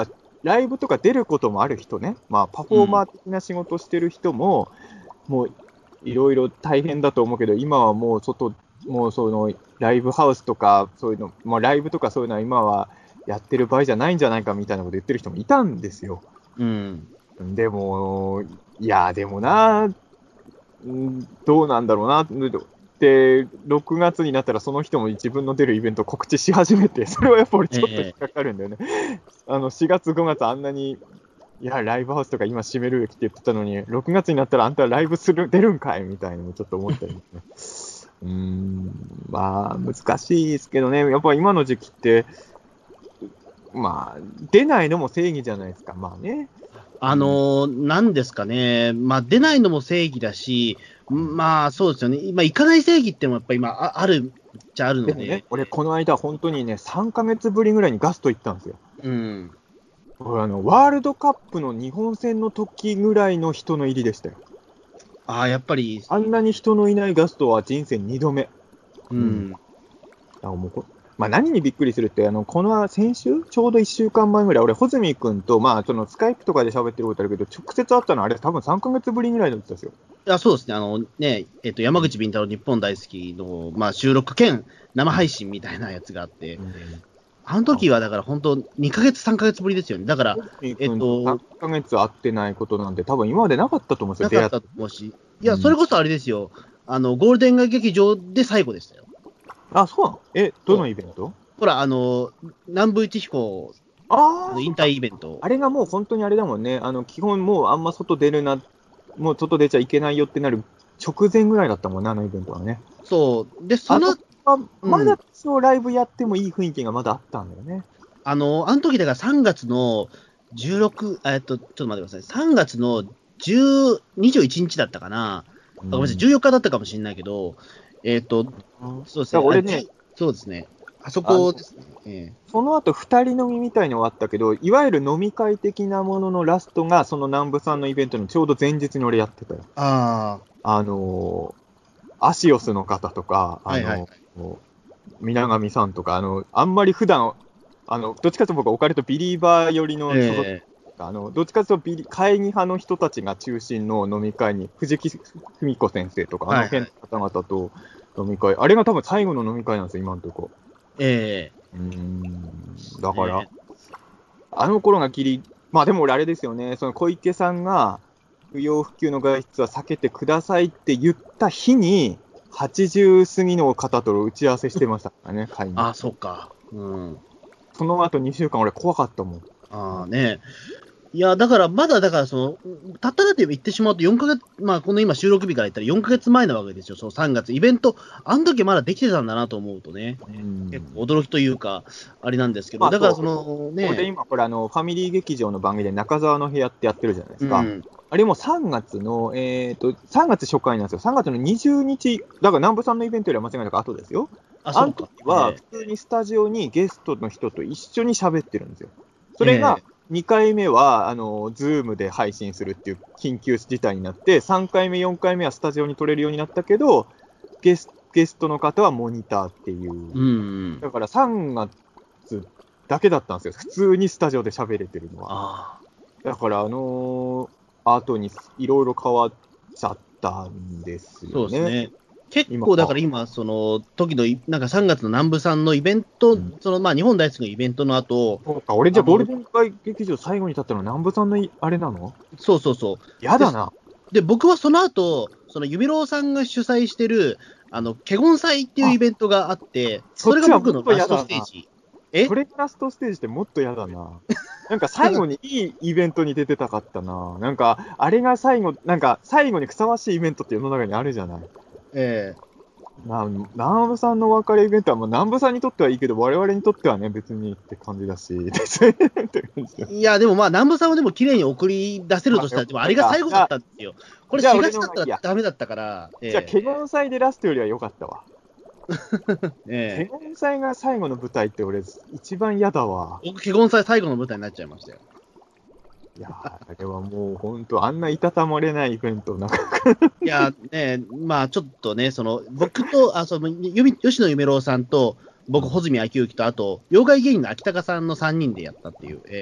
ライブとか出ることもある人ね、まあ、パフォーマー的な仕事してる人も、うん、もういろいろ大変だと思うけど、今はもう外、もうそのライブハウスとか、そういうの、まあ、ライブとかそういうのは今はやってる場合じゃないんじゃないかみたいなこと言ってる人もいたんですよ。 うん、 でも、いや、でもな、どうなんだろうな。で、ろくがつになったらその人も自分の出るイベントを告知し始めて、それはやっぱりちょっと引っかかるんだよね。えー、あのしがつ、ごがつあんなに、いや、ライブハウスとか今閉めるべきって言ってたのに、ろくがつになったらあんたライブする出るんかいみたいなのもちょっと思ったりですね。うーん、まあ、難しいですけどね、やっぱ今の時期って、まあ、出ないのも正義じゃないですか、まあね。 あのー、なんですかね、まあ、出ないのも正義だし、まあそうですよね、今、行かない正義ってもやっぱ今あ、あるっちゃあるので、 でもね、俺、この間、本当にね、さんかげつぶりぐらいにガスト行ったんですよ。 うん、 俺あの、ワールドカップの日本戦の時ぐらいの人の入りでしたよ。 ああ、やっぱり、 あんなに人のいないガストは人生にどめ。 うん、うん、 あもうこまあ、何にびっくりするって、あのこの先週、ちょうどいっしゅうかんまえぐらい、俺、穂積君と、まあ、そのスカイプとかで喋ってることあるけど、直接会ったのは、あれ、多分さんかげつぶりぐらいだったんですよ。 いやそうですね、あのねえっと、山口敏太郎、日本大好きの、まあ、収録兼生配信みたいなやつがあって、うん、あの時はだから本当、にかげつ、さんかげつぶりですよね、だから、 えっと、さんかげつ会ってないことなんて、多分今までなかったと思うんですよ、 なかったと思うし、いや、それこそあれですよ、あのゴールデン街劇場で最後でしたよ。 あ、そうなの？え、どのイベント？ ほら、あの、南部一彦の引退イベント。 あれがもう本当にあれだもんね、あの基本もうあんま外出るな、もう外出ちゃいけないよってなる直前ぐらいだったもんね、あのイベントはね。 そう。で、その、 まだそのライブやってもいい雰囲気がまだあったんだよね。 あの、あの時だからさんがつのじゅうろく、えっと、ちょっと待ってください。さんがつのじゅう、にじゅういちにちだったかな。うん、ごめんなさい、じゅうよっかだったかもしれないけど、えっ、ー、と、そうですね。 俺ね、 そうですね。あそこですね。 えー、その後二人飲みみたいのはあったけど、いわゆる飲み会的なもののラストが、その南部さんのイベントのちょうど前日に俺やってたよ。 ああ。あのー、アシオスの方とか、あのーはいはい、皆上さんとか、あの、あんまり普段あの、どっちかというと僕はオカルトビリーバー寄りの所属、えー、あのどっちかというとビリ会議派の人たちが中心の飲み会に、藤木文子先生とか、あの辺の方々と飲み会、はいはい、あれが多分最後の飲み会なんですよ、今のところ。 ええー、うーんだから、えー、あの頃がきり、まあでも俺あれですよね、その小池さんが不要不急の外出は避けてくださいって言った日に、はちじゅう過ぎの方と打ち合わせしてましたからね、会議。 あ、そうか。うん。 その後にしゅうかん俺怖かったもん。 ああね。いや、だからまだだからその、たっただって言ってしまうとよんかげつ、まあこの今収録日から言ったらよんかげつまえなわけですよ、そのさんがつ。イベント、あの時まだできてたんだなと思うとね、うん、結構驚きというか、あれなんですけど、まあ、だからそのね。 これで今、これあの、ファミリー劇場の番組で中澤の部屋ってやってるじゃないですか。うん、あれもさんがつの、えっと、さんがつ初回なんですよ。さんがつのにじゅうにち、だから南部さんのイベントよりは間違いなく後ですよ。あ, あの時は普通にスタジオにゲストの人と一緒に喋ってるんですよ。それがにかいめは、あの、ズームで配信するっていう緊急事態になって、さんかいめ、よんかいめはスタジオに撮れるようになったけど、ゲス、ゲストの方はモニターっていう。うんうん、だからさんがつだけだったんですよ。普通にスタジオで喋れてるのは。あだからあのー、後にいろいろ変わっちゃったんですよね。 そうですね。結構だから今、その時のなんかさんがつの南部さんのイベント、うん、そのまあ日本大好きのイベントの後、 そうか、俺じゃゴールデン街劇場最後に立ったの南部さんのあれなの？ そうそうそう。 やだな。 で、で僕はその後、そのユビローさんが主催してる、あの、ケゴン祭っていうイベントがあって、それが僕のラストステージ。 えそれがラストステージってもっとやだな。なんか最後にいいイベントに出てたかったな。なんか、あれが最後、なんか最後にふさわしいイベントって世の中にあるじゃない。ええまあ、南部さんのお別れイベントは、まあ、南部さんにとってはいいけど、我々にとってはね、別にって感じだし。 いや、でもまあ、南部さんはでも綺麗に送り出せるとしたら、でもあれが最後だったんですよ。これしがつだったらダメだったから。 じゃあ、ケゴン祭でラストよりは良かったわ。ケゴン祭が最後の舞台って俺、一番嫌だわ。 僕、ケゴン祭最後の舞台になっちゃいましたよ。 いやあれはもう本当、あんないたたまれないイベント、なんかいやね、まあちょっとね、その僕と、あその吉野夢郎さんと、僕、穂積昭之と、あと、妖怪芸人の秋高さんのさんにんでやったっていう、え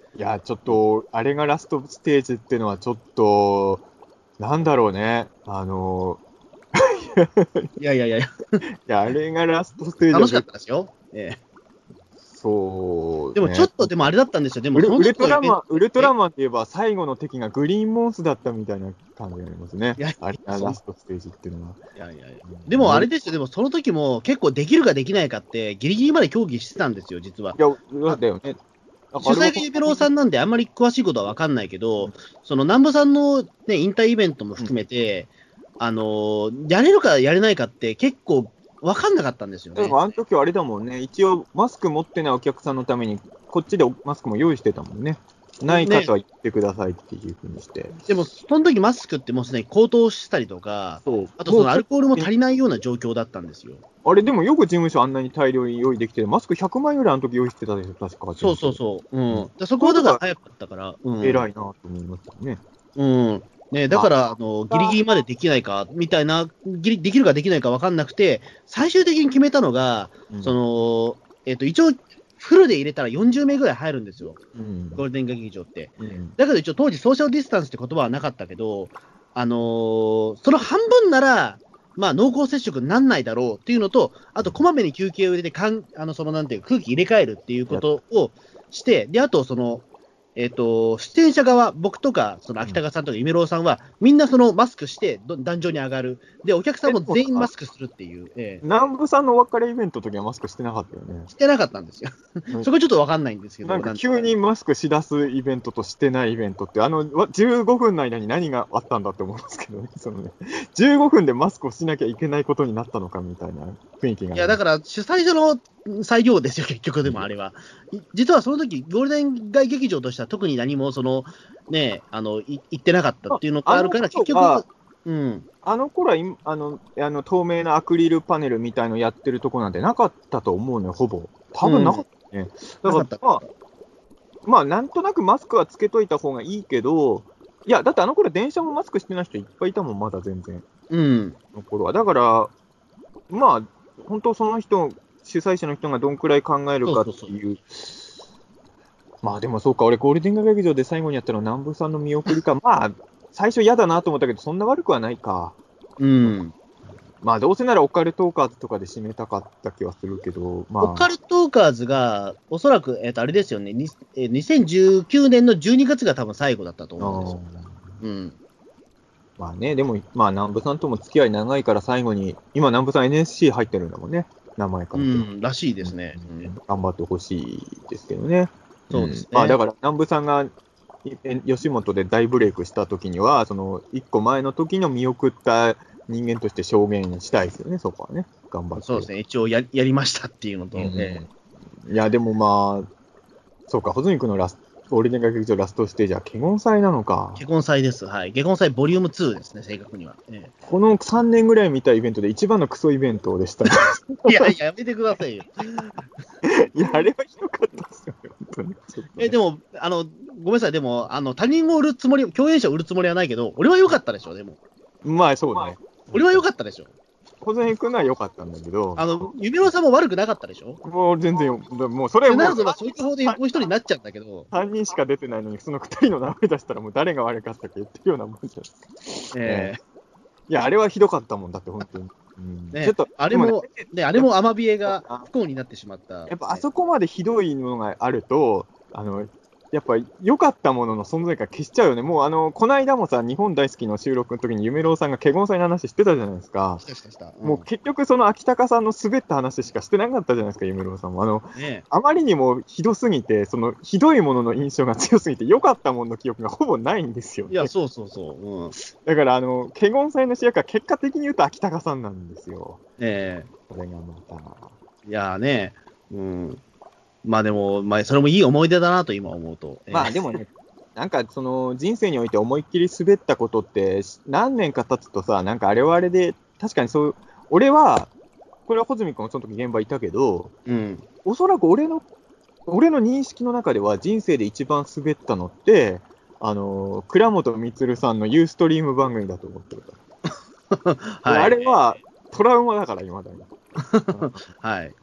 いや、ちょっと、あれがラストステージっていうのは、ちょっと、なんだろうね。あの、 いやいやいやいや、 いや、あれがラストステージは楽しかっ絶たですよ。ええ。でもそうね。 ちょっとでもあれだったんですよ。でもウルウその時のイベント、 ルトラマン、ウルトえラマンって言えば最後の敵がグリーンモンスだったみたいな感じになりますね。 いやあれがそんラストステージっていうのは。 いやいやいや。でもあれですよ、でもその時も結構できるかできないかってギリギリまで協議してたんですよ、実は。 いや、そうだよね。なんかあれは主催がユベロウさんなんであんまり詳しいことは分かんないけど、その南部さんの、ね、引退イベントも含めて、あのーやれるかやれないかって結構分かんなかったんですよね。 だからあの時はあれだもんね。一応マスク持ってないお客さんのために、こっちでマスクも用意してたもんね。ない方は言ってくださいっていうふうにして。 でも、その時マスクってもうすでに高騰したりとか、 そう。 あとそのアルコールも足りないような状況だったんですよ。 あれ、でもよく事務所あんなに大量に用意できて、マスクひゃくまんぐらいあの時用意してたでしょ、確か。 そうそうそう。うん。だそこはだから早かったから、うん。 偉いなと思いますよね。 うん。ね、だから、あの、ギリギリまでできないか、みたいな、ギリ、できるかできないか分かんなくて、最終的に決めたのが、 うんその、えっ、と、一応、フルで入れたらよんじゅうめいぐらい入るんですよ。 うんゴールデン劇場って。 うんだけど一応当時ソーシャルディスタンスって言葉はなかったけど、あのーその半分なら、まあ濃厚接触になんないだろうっていうのと、あとこまめに休憩を入れてかん、あの、そのなんていう空気入れ替えるっていうことをして、で、あとその、えっ、と、出演者側、僕とか、その秋高さんとか夢郎さんは、みんなそのマスクしてど壇上に上がる。で、お客さんも全員マスクするっていう、ええ南部さんのお別れイベントの時はマスクしてなかったよね。 してなかったんですよ。 うんそこちょっとわかんないんですけど。 なんか急にマスクしだすイベントとしてないイベントって、あのわじゅうごふんの間に何があったんだって思うんですけどね、そのねじゅうごふんでマスクをしなきゃいけないことになったのかみたいな雰囲気が。 いや、だから主催者の裁量ですよ、結局でもあれは。い実はその時ゴールデン街劇場としては特に何もその、ね、あのい言ってなかったっていうのがあるから、 あの結頃は局、うん、 あの頃はいあのあの透明なアクリルパネルみたいのやってるとこなんてなかったと思うのよ、ほぼ。多分なかったね。だから、 なかったまあ、まあ、なんとなくマスクはつけといた方がいいけど、いや、だってあの頃電車もマスクしてない人いっぱいいたもん、まだ全然。 うん、 あの頃は。だから、まあ、本当その人、主催者の人がどんくらい考えるかっていう。 そうそうまあでもそうか、俺ゴールデン街劇場で最後にやったのは南部さんの見送りか。まあ、最初嫌だなと思ったけど、そんな悪くはないか。 うん。 まあ、どうせならオカルトーカーズとかで締めたかった気はするけど、まあ。 オカルトーカーズが、おそらく、えっ、と、あれですよね、にえーにせんじゅうきゅうねんのじゅうにがつが多分最後だったと思うんですよ。うん。 まあね、でも、まあ、南部さんとも付き合い長いから最後に、今、南部さん エヌエスシー 入ってるんだもんね、名前から。 うん、らしいですね。うん、 頑張ってほしいですけどね。 そうですね。 んまあ、だから、南部さんが、いえ吉本で大ブレイクした時には、その、一個前の時の見送った人間として証言したいですよね、そこはね。頑張って。 そうですね、一応ややりましたっていうのと、 うんえいや、でもまあ、そうか、穂積君のラスゴールデン街劇場ラストステージは、華厳祭なのかー、。華厳祭です。はい。華厳祭ボリュームツーですね、正確には。えこのさんねんぐらい見たイベントで一番のクソイベントでしたね。 えいやいや、やめてくださいよ。 いや、あれはひどかったですよね、本当に。ちょっとねえ、でも、あの、ごめんなさい、でも、あの、他人を売るつもり、共演者を売るつもりはないけど、俺は良かったでしょ、でも。 まあ、そうね。 俺は良かったでしょ。 小泉君のは良かったんだけど、 あの、夢野さんも悪くなかったでしょ。 もう全然よ、もうそれで、 もうなると、まあ、そういった方でもう一人になっちゃうんだけど、 さんにんしか出てないのに、そのふたりの名前出したら、もう誰が悪かったか言ってるようなもんじゃないですか。 ええいや、あれはひどかったもんだって、本当に。うんねちょっと、 あれも、 でねね、あれもアマビエが不幸になってしまった。 やっぱあそこまでひどいのがあると、あの、やっぱ良かったものの存在感消しちゃうよね。もうあの、この間もさ、日本大好きの収録の時に夢郎さんが華厳祭の話してたじゃないですか。 したしたした。うんもう結局その秋高さんの滑った話しかしてなかったじゃないですか、夢郎さんも。あの、 ねあまりにもひどすぎて、そのひどいものの印象が強すぎて、良かったものの記憶がほぼないんですよ、 いや、そうそうそう。うん、 だから、あの、華厳祭の主役は結果的に言うと秋高さんなんですよ。 えこれがまた。 えいやね、うん。まあでも、まあ、それもいい思い出だなと今思うと。ええまあでもね、なんかその人生において思いっきり滑ったことって何年か経つとさ、なんかあれはあれで、確かにそう、俺は、これは穂積君もその時現場いたけど、 うん。 おそらく俺の、俺の認識の中では人生で一番滑ったのって、あの、倉本充さんのユーストリーム番組だと思ってるから。 はい。 あれはトラウマだから、今だに。 はい。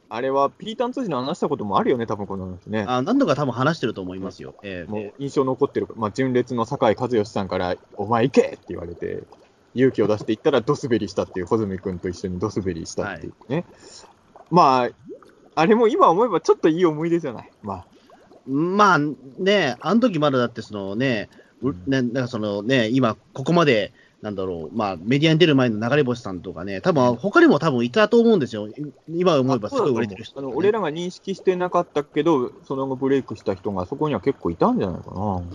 あれはピータン通じの話したこともあるよね、多分この話ね。 あ何度か多分話してると思いますよ。えー、 もう印象残ってる、まあ、純烈の酒井和義さんから、お前行けって言われて、勇気を出していったらドスベリしたっていう、穂積君と一緒にドスベリしたっていうね。はい、まあ、あれも今思えばちょっといい思い出じゃない。まあ、 まあね、あの時まだだってそのね、うん、ね、なんかそのね、今ここまで、なんだろう、まあ、メディアに出る前の流れ星さんとかね、多分他にも多分いたと思うんですよ。今思えばすごい売れてる人、ね、 あの俺らが認識してなかったけど、その後ブレイクした人がそこには結構いたんじゃないかな。うん。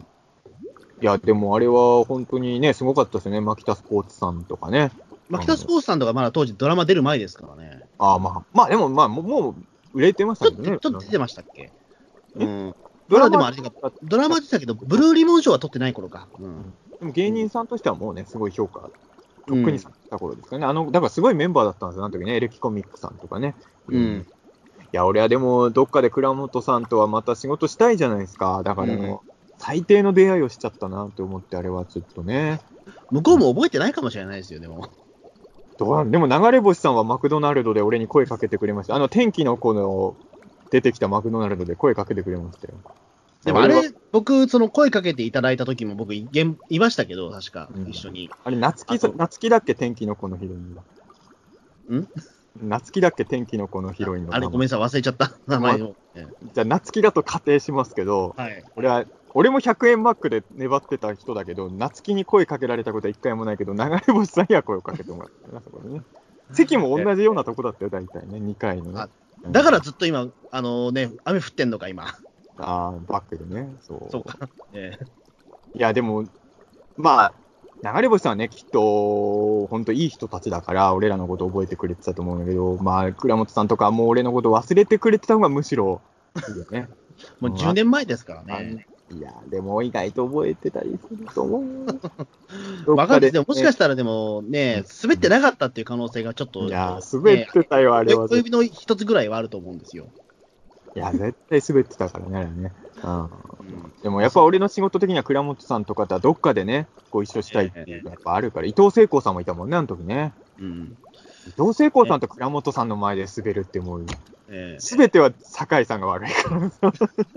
いや、でもあれは本当にね、すごかったですよね。マキタスポーツさんとかね。 マキタスポーツさんとかまだ当時ドラマ出る前ですからね。 ああ、まあ、まあでもまあ、もう売れてましたけどね。 ちょっと出てましたっけ？うん。ドラマでもあれが、ドラマ出てたけど、ブルーリボン賞は取ってない頃か。うん。 でも芸人さんとしてはもうね、すごい評価、とっくにされた頃ですかね。あの、だからすごいメンバーだったんですよ、あの時ね、エレキコミックさんとかね。 うん。 いや、俺はでも、どっかで倉本さんとはまた仕事したいじゃないですか。だから、うん、最低の出会いをしちゃったなと思って、あれはちょっとね。 向こうも覚えてないかもしれないですよ、でも。 どうでも、流れ星さんはマクドナルドで俺に声かけてくれました。あの、天気の子の出てきたマクドナルドで声かけてくれましたよ。 でもあれ、僕、その声かけていただいた時も僕い、いましたけど、確か、一緒に。 あれ、夏希、夏希だっけ、天気の子のヒロインは。ん夏希だっけ、天気の子のヒロインの。 あれ、ごめんなさい、忘れちゃった、名前を。 じゃあ、夏希だと仮定しますけど、はい、俺は、俺もひゃくえんマックで粘ってた人だけど、夏希に声かけられたことは一回もないけど、流れ星さんには声をかけてもらったな、そこでね。席も同じようなとこだったよ、大体ね、にかいの、ね。 だからずっと今、あのね、雨降ってんのか、今。 ああ、バックでね、そう。 そうか。ええ、 いや、でも、まあ、流れ星さんはね、きっと、本当いい人たちだから、俺らのこと覚えてくれてたと思うんだけど、まあ、倉本さんとかもう俺のこと忘れてくれてた方がむしろいいよね。 もうじゅうねんまえですからね。 いや、でも意外と覚えてたりすると思う。わかんないです。でももしかしたらでもね、滑ってなかったっていう可能性がちょっと、ね、 いや、滑ってたよ、あれは。 小指の一つぐらいはあると思うんですよ。 いや、絶対滑ってたからね、あれね。うん。でもやっぱ俺の仕事的には倉本さんとかとはどっかでね、ご一緒したいっていうのがやっぱあるから、伊藤聖子さんもいたもんね、あの時ね。うん。伊藤聖子さんと倉本さんの前で滑るってもう、すべては酒井さんが悪いから。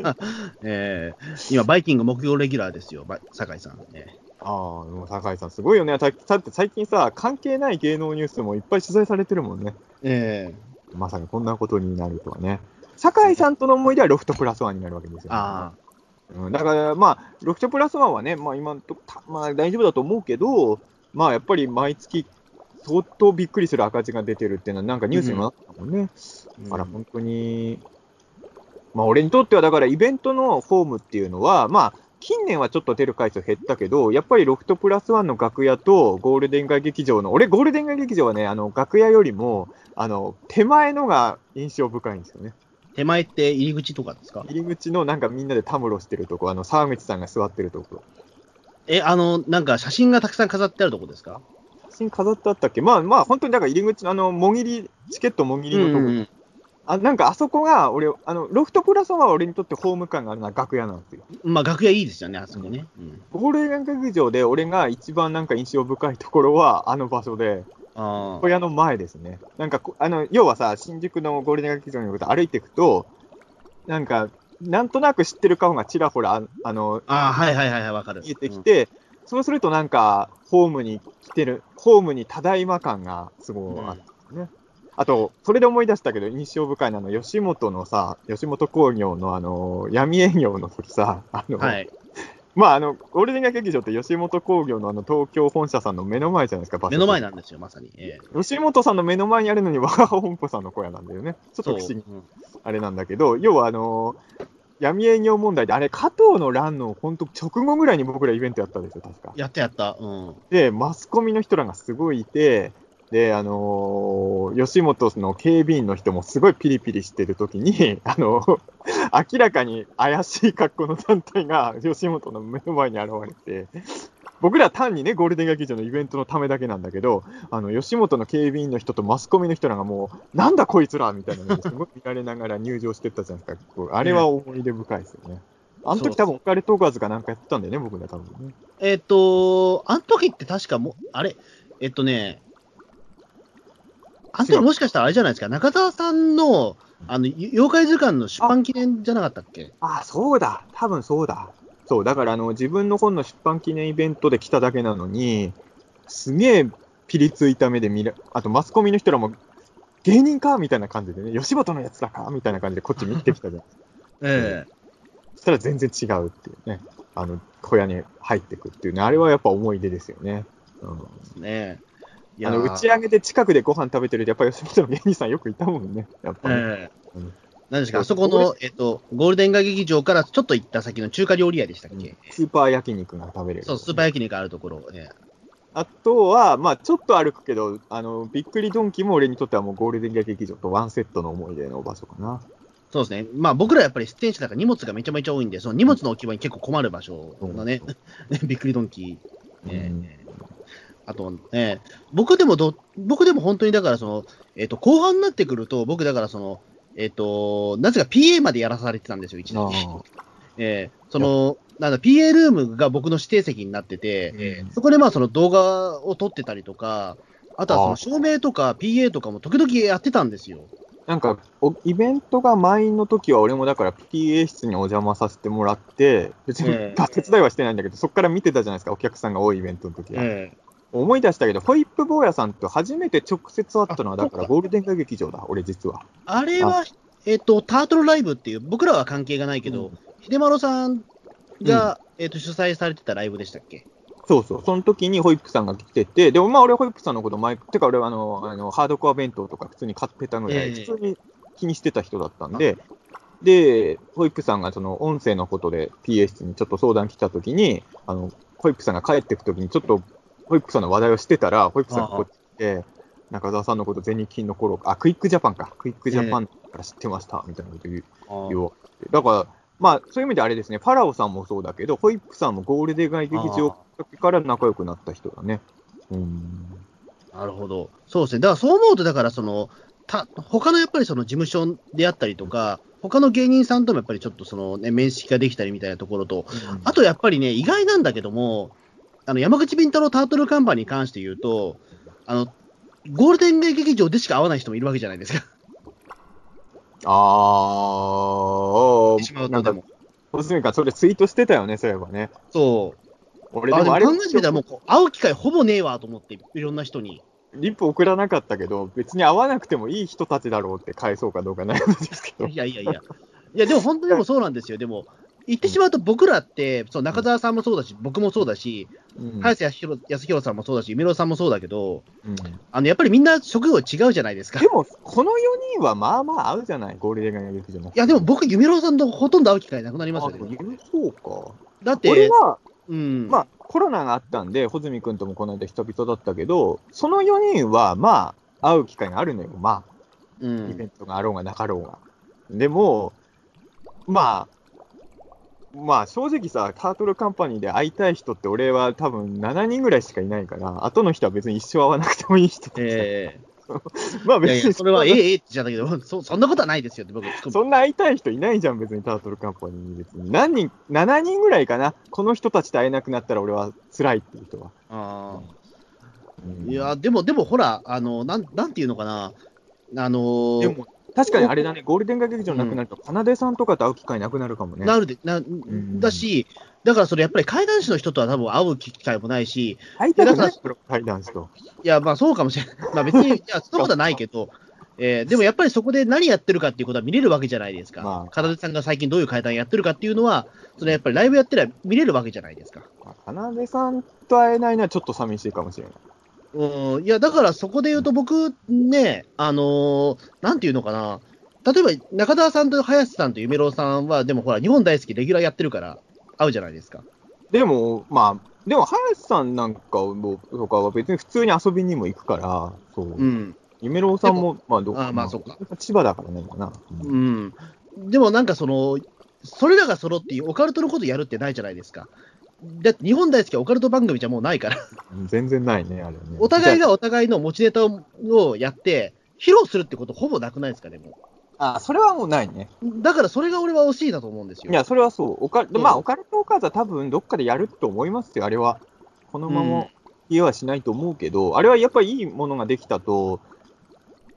えー、今、バイキング木曜レギュラーですよ、酒井さん。ね、 ああ、もう酒井さん、すごいよね。だって最近さ、関係ない芸能ニュースもいっぱい取材されてるもんね。ええー。まさにこんなことになるとはね。酒井さんとの思い出はロフトプラスワンになるわけですよ、ね。あうん、だから、まあ、ロフトプラスワンはね、まあ、今んとまあ、大丈夫だと思うけど、まあ、やっぱり毎月、相当びっくりする赤字が出てるっていうのは、なんかニュースにもなったもんね。うん、だから本当に、まあ、俺にとっては、だからイベントのフォームっていうのは、まあ、近年はちょっと出る回数減ったけど、やっぱりロフトプラスワンの楽屋とゴールデン街劇場の、俺、ゴールデン街劇場はね、あの楽屋よりもあの手前のが印象深いんですよね。 手前って入り口とかですか？ 入り口のなんかみんなでたむろしてるとこ、あの沢口さんが座ってるところ。 え、あの、なんか写真がたくさん飾ってあるとこですか？ 写真飾ってあったっけ？まあまあ、本当にだから入り口のあの、もぎり、チケットもぎりのとこ、うんうん、あ、なんかあそこが、俺、あの、ロフトプラスワンは俺にとってホーム感があるのは楽屋なんですよ。 まあ、楽屋いいですよね、あそこね。 うん、ゴールデン劇場で俺が一番なんか印象深いところは、あの場所で、小屋の前ですね。なんか、あの、要はさ、新宿のゴールデン劇場のこと歩いていくと、なんか、なんとなく知ってる顔がちらほら、あ、あの、 あはいはいはい、わかる。 見えてきて、うん、そうするとなんか、ホームに来てる、ホームにただいま感がすごいあるんですね。うん、あと、それで思い出したけど、印象深いのは、吉本のさ、吉本興業のあの、闇営業の時さ、あの、はい、まあ、あの、ゴールデン街劇場って吉本興業のあの、東京本社さんの目の前じゃないですか、場所。 目の前なんですよ、まさに。えー、吉本さんの目の前にあるのに、我が本舗さんの小屋なんだよね。ちょっと不思議、うん、あれなんだけど、要はあのー、闇営業問題で、あれ、加藤の乱の本当直後ぐらいに僕らイベントやったんですよ、確か。 やったやった。うん。 で、マスコミの人らがすごいいて、で、あのー、吉本の警備員の人もすごいピリピリしてるときに、あのー、明らかに怪しい格好の団体が吉本の目の前に現れて、僕ら単にね、ゴールデン劇場のイベントのためだけなんだけど、あの、吉本の警備員の人とマスコミの人らがもう、なんだこいつらみたいなのをすごい見られながら入場してったじゃないですか。あれは思い出深いですよね。あの時多分、オカルトーカーズかなんかやってたんだよね、僕ら多分ね。 えっと、あの時って確かも、あれ、えっとね、 あの時もしかしたらあれじゃないですか、中澤さんの、あの、妖怪図鑑の出版記念じゃなかったっけ？ あ、そうだ。多分そうだ。そう、だからあの、自分の本の出版記念イベントで来ただけなのに、すげえピリついた目で見ら、あとマスコミの人らも、芸人かみたいな感じでね、吉本のやつだかみたいな感じでこっち見てきたじゃん。 ええ。 そしたら全然違うっていうね。あの、小屋に入ってくっていうね。あれはやっぱ思い出ですよね。うん。 ですね。いあの、打ち上げで近くでご飯食べてると、やっぱり吉本の芸人さんよくいたもんね。やっぱり、ね。 ええ。 うん、 何ですか、あそこの、えっと、ゴールデン街劇場からちょっと行った先の中華料理屋でしたっけ？ スーパー焼肉が食べれる。 そう、スーパー焼肉あるところ。ええ。 あとは、まあちょっと歩くけど、あの、びっくりドンキーも俺にとってはもうゴールデン街劇場とワンセットの思い出の場所かな。 そうですね。まあ僕らやっぱり出演者だから荷物がめちゃめちゃ多いんで、その荷物の置き場に結構困る場所のね、びっくりドンキー。えー、あと、ね、僕でもど、僕でも本当にだからその、えっ、ー、と、後半になってくると、僕だからその、えっ、ー、と、なぜか ピーエー までやらされてたんですよ、一時。えー、その、なんだ、ピーエー ルームが僕の指定席になってて、えー、そこでまあその動画を撮ってたりとか、あとはその照明とか ピーエー とかも時々やってたんですよ。 なんか、イベントが満員の時は、俺もだから ピーエー 室にお邪魔させてもらって、別に手伝いはしてないんだけど、そこから見てたじゃないですか、お客さんが多いイベントの時は。えー、思い出したけど、ホイップ坊やさんと初めて直接会ったのは、だからゴールデン街劇場だ、俺実は。 あれは、えっ、ー、と、タートルライブっていう、僕らは関係がないけど、うん、秀丸さんが、うん、えーと、主催されてたライブでしたっけ？ そうそう、その時にホイップさんが来てて、でもまあ俺ホイップさんのこと前、てか俺はあの、あの、ハードコア弁当とか普通に買ってたぐらい、普通に気にしてた人だったんで、えー、で、ホイップさんがその音声のことで ピーエー 室にちょっと相談来た時に、あの、ホイップさんが帰ってく時にちょっとホイップさんの話題をしてたら、ホイップさんがこっち来て、中澤さんのこと全日金の頃、あ、クイックジャパンか、クイックジャパンから知ってました、みたいなこと言う。えー、言おう。だから、まあ、そういう意味であれですね、ファラオさんもそうだけど、ホイップさんもゴールデン街劇場から仲良くなった人だね。うん。 なるほど。そうですね。だからそう思うと、だからその、た他のやっぱりその事務所であったりとか、他の芸人さんともやっぱりちょっとその、ね、面識ができたりみたいなところと、うん、あとやっぱりね、意外なんだけども、あの山口敏太郎タートルカンパニーに関して言うと、あの、ゴールデン街劇場でしか会わない人もいるわけじゃないですか。 あー、なんか、小杉か、それツイートしてたよね、そういえばね。 そう。俺でもあれ考えてみたらもう会う機会ほぼねえわと思って、いろんな人に。 リップ送らなかったけど、別に会わなくてもいい人たちだろうって返そうかどうか悩んですけど。 いやいやいや。いや、でも本当にもそうなんですよ。でも、言ってしまうと僕らって、そう中澤さんもそうだし、僕もそうだし、うん、早瀬康弘さんもそうだし、梅郎さんもそうだけど、うん、あのやっぱりみんな職業違うじゃないですか。 でも、このよにんはまあまあ合うじゃない、ゴールデン街劇場の。 いや、でも僕、梅郎さんとほとんど会う機会なくなりますよね。 そうか。 だって、 俺は、 うん、 まあ、コロナがあったんで、穂積君ともこの間久々だったけど、そのよにんはまあ、会う機会があるのよ、まあ。うん、イベントがあろうがなかろうが。でも、まあ、まあ正直さ、タートルカンパニーで会いたい人って俺は多分しちにんぐらいしかいないから、後の人は別に一生会わなくてもいい人たち。えー、まあ別にいやいやそれはええええって言っちゃったけどそ、そんなことはないですよって僕。 そんな会いたい人いないじゃん、別にタートルカンパニーに別に。何人、しちにんぐらいかな。この人たちと会えなくなったら俺は辛いっていう人は。あうん、いや、でも、でもほら、あの、なん、なんていうのかな。あのー、 でも確かにあれだね、ゴールデン街劇場なくなると、かなでさんとかと会う機会なくなるかもね。 なるで、な、だし、だからそれやっぱり怪談師の人とは多分会う機会もないし、 会いたくない怪談師と。 いや、まあそうかもしれない。まあ別に、いや、そんなことはないけど、えー、でもやっぱりそこで何やってるかっていうことは見れるわけじゃないですか。まあ、かなでさんが最近どういう怪談やってるかっていうのは、それやっぱりライブやってれば見れるわけじゃないですか。 かなでさんと会えないのはちょっと寂しいかもしれない。 うん、いや、だからそこで言うと僕ね、あのー、なんていうのかな、例えば中澤さんと林さんと夢郎さんは、でもほら、日本大好きレギュラーやってるから会うじゃないですか。 でも、まあ、でも林さんなんかとかは別に普通に遊びにも行くから、そう。うん。夢郎さんも、まあど、 あまあ、そうか。 千葉だからね、今な。 うん。でもなんかその、それらが揃ってオカルトのことやるってないじゃないですか。だって日本大好きはオカルト番組じゃもうないから。 全然ないね、あれね。 お互いがお互いの持ちネタをやって、披露するってことほぼなくないですかね、もう。 あ、それはもうないね。 だからそれが俺は惜しいなと思うんですよ。 いや、それはそう。おかまあ、オカルトお母さん多分どっかでやると思いますよ、あれは。このまま家はしないと思うけど、うん、あれはやっぱりいいものができたと、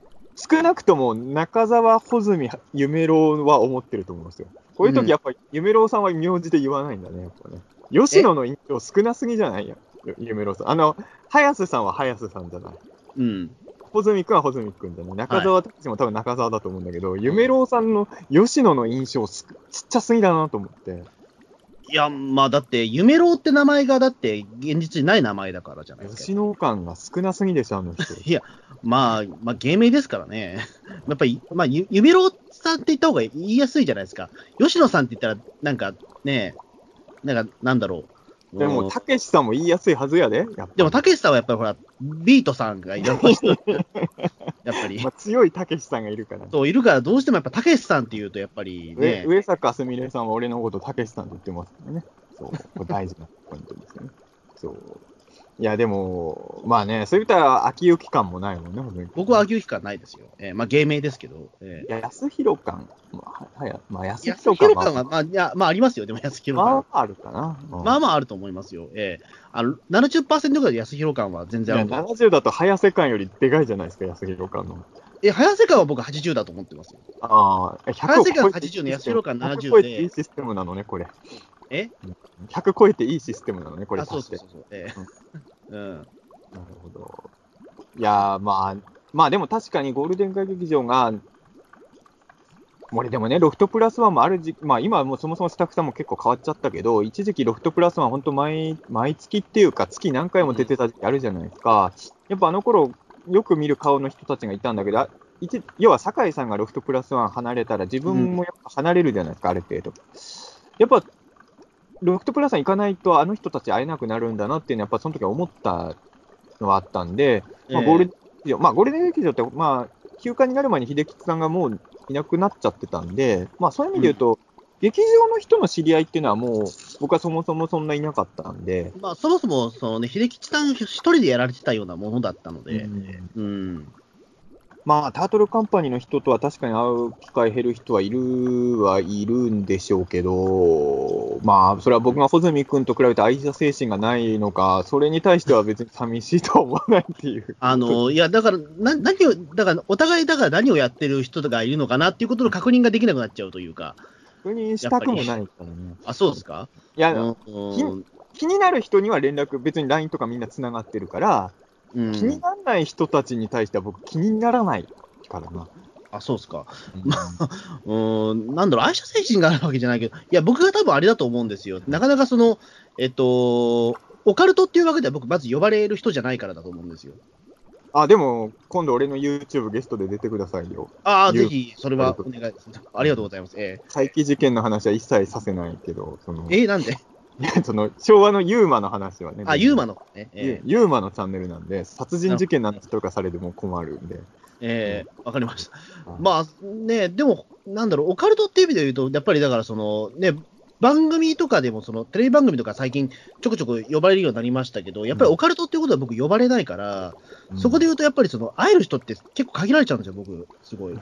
少なくとも中澤、穂積、夢郎は思ってると思いますよ。こういう時やっぱり夢郎さんは名字で言わないんだね、やっぱね。吉野の印象少なすぎじゃないや、夢郎さん。あの、早瀬さんは早瀬さんじゃない。 うん。 穂積君は穂積君じゃない。中澤たちも多分中澤だと思うんだけど、はい、夢郎さんの吉野の印象ちっちゃすぎだなと思って。 いや、まあだって、夢郎って名前がだって現実にない名前だからじゃないですか。 吉野感が少なすぎでしょ、あの人。 いや、まあ、まあ芸名ですからね。やっぱり、まあ、ゆ夢郎さんって言った方が言いやすいじゃないですか。吉野さんって言ったら、なんかね、なんかなんだろう。 でも、たけしさんも言いやすいはずやで。 やでも、たけしさんはやっぱりほら、ビートさんがいるまして、やっぱり。 まあ、強いたけしさんがいるから。 そう、いるから、どうしてもやっぱたけしさんっていうと、やっぱりね。 上坂すみれさんは俺のことたけしさんって言ってますからね。そう、これ大事なポイントですよね。そう。いや、でも、まあね、そういった秋行感もないもんね、 僕は秋行感ないですよ。えー、まあ、芸名ですけど。えー、いや、安弘感、まあ、はや、まあ、安弘感は、まあ、いや、まあ、ありますよ、でも安弘感。 まあ、あるかな。 うん、まあまああると思いますよ。えー、あの、ななじゅっパーセント ぐらいで安弘感は全然ある。 いや、ななじゅうだと早瀬感よりでかいじゃないですか、安弘感の。 え、早瀬感は僕はちじゅうだと思ってますよ。 ああ、 早瀬感はちじゅうの安弘感ななじゅうで。 ひゃく超えていいシステムなのね、これ。 えひゃく 超えていいシステムなのね、これ。 あ、そうそうそうそう。えー、うん。 なるほど。いやー、まあ、まあでも確かにゴールデン街劇場が、俺でもね、ロフトプラスワンもある時期、まあ今はもうそもそもスタッフさんも結構変わっちゃったけど、一時期ロフトプラスワン本当毎、毎月っていうか月何回も出てた時期あるじゃないですか。やっぱあの頃、よく見る顔の人たちがいたんだけど、一要は酒井さんがロフトプラスワン離れたら自分もやっぱ離れるじゃないですか、うん、ある程度。やっぱ、ロフトプラスワン行かないとあの人たち会えなくなるんだなっていうのはやっぱその時は思ったのはあったんで、まあゴールデン劇場、まあゴールデン劇場って、まあ休館になる前に秀吉さんがもういなくなっちゃってたんで、まあそういう意味で言うと、うん、劇場の人の知り合いっていうのはもう、僕はそもそもそんないなかったんで。 まあそもそも、そのね、秀吉さん一人でやられてたようなものだったので、うん。うんまあ、タートルカンパニーの人とは確かに会う機会減る人はいるはいるんでしょうけど、まあ、それは僕が穂積君と比べて愛者精神がないのか、それに対しては別に寂しいとは思わないっていう。 あの、いや、だから、な何を、だから、お互いだから何をやってる人がいるのかなっていうことの確認ができなくなっちゃうというか。 確認したくもないからね。 あ、そうですか？ いや、うん、気、気になる人には連絡、別に ライン とかみんなつながってるから、うん、気にならない人たちに対しては僕気にならないからな。 あ、そうですか。うん、うんなんだろう、愛者精神があるわけじゃないけど、いや、僕が多分あれだと思うんですよ。なかなかその、えっと、オカルトっていうわけでは僕、まず呼ばれる人じゃないからだと思うんですよ。 あ、でも、今度俺の YouTube ゲストで出てくださいよ。 ああ、ぜひ、それはお願いします。ありがとうございます。えー、怪奇事件の話は一切させないけど、その。 えー、なんでその昭和のユーマの話はね。 あ、ユーマの、ねえー、ユーマのチャンネルなんで、殺人事件の話とかされても困るんで。 ええー、わかりました。まあね、でも、なんだろう、オカルトっていう意味で言うと、やっぱりだから、そのね、番組とかでも、そのテレビ番組とか最近ちょくちょく呼ばれるようになりましたけど、やっぱりオカルトっていうことは僕呼ばれないから、うん、そこで言うとやっぱりその会える人って結構限られちゃうんですよ、僕、すごい。うん、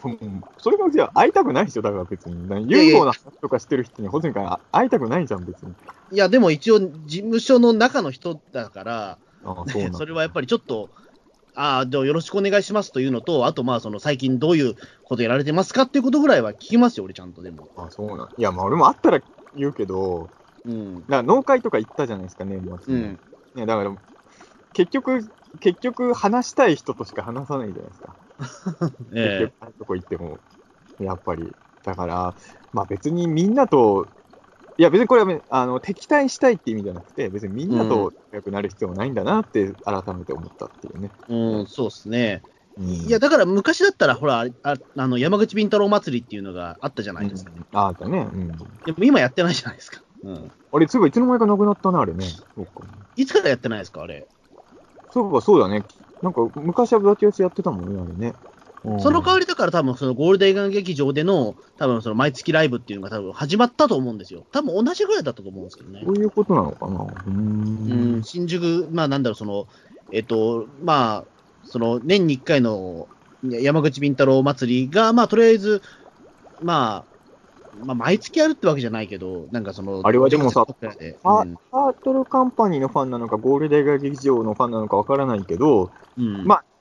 それがじゃあ会いたくないでしょ、だから別に。ユーモアな話とかしてる人に、ほとんど会いたくないじゃん、別に。 いや、でも一応、事務所の中の人だから、 ああそうなんそれはやっぱりちょっと、ああ、じゃあよろしくお願いしますというのと、あと、まあ、その最近どういうことやられてますかっていうことぐらいは聞きますよ、俺、ちゃんとでも。 ああそうなん。いや、まあ、俺も会ったら言うけど、うん、だから農会とか行ったじゃないですか、年末に。うん、ね、だから、結局、結局、話したい人としか話さないじゃないですか。ええ、結局、ああいうとこ行っても、やっぱり。だから、まあ別にみんなと、いや別にこれは、あの敵対したいって意味じゃなくて、別にみんなと仲良くなる必要はないんだなって改めて思ったっていうね。 うん、うん、そうですね。うん、いやだから昔だったら、ほらあ、あの山口ビンタロウ祭りっていうのがあったじゃないですか。 うん、ああったね、うん。 でも今やってないじゃないですか。うん、 あれ、そういえばいつの間にかなくなったな、あれね。そうかいつからやってないですか、あれ。 そうか、そうだね。なんか昔はブラキアスやってたもんね、あれね。 その代わりだから多分そのゴールデン劇場での多分その毎月ライブっていうのが多分始まったと思うんですよ。多分同じぐらいだったと思うんですけどね。 そういうことなのかな。うーん、うん、新宿、まあなんだろう、その、えっと、まあ、その年にいっかいの山口ビンタロウ祭りが、まあとりあえず、まあ、まあ、毎月やるってわけじゃないけど、なんかその、 あれはでもさ、 うん、 タートルカンパニーのファンなのか、ゴールデン劇場のファンなのかわからないけど、うん、まあ、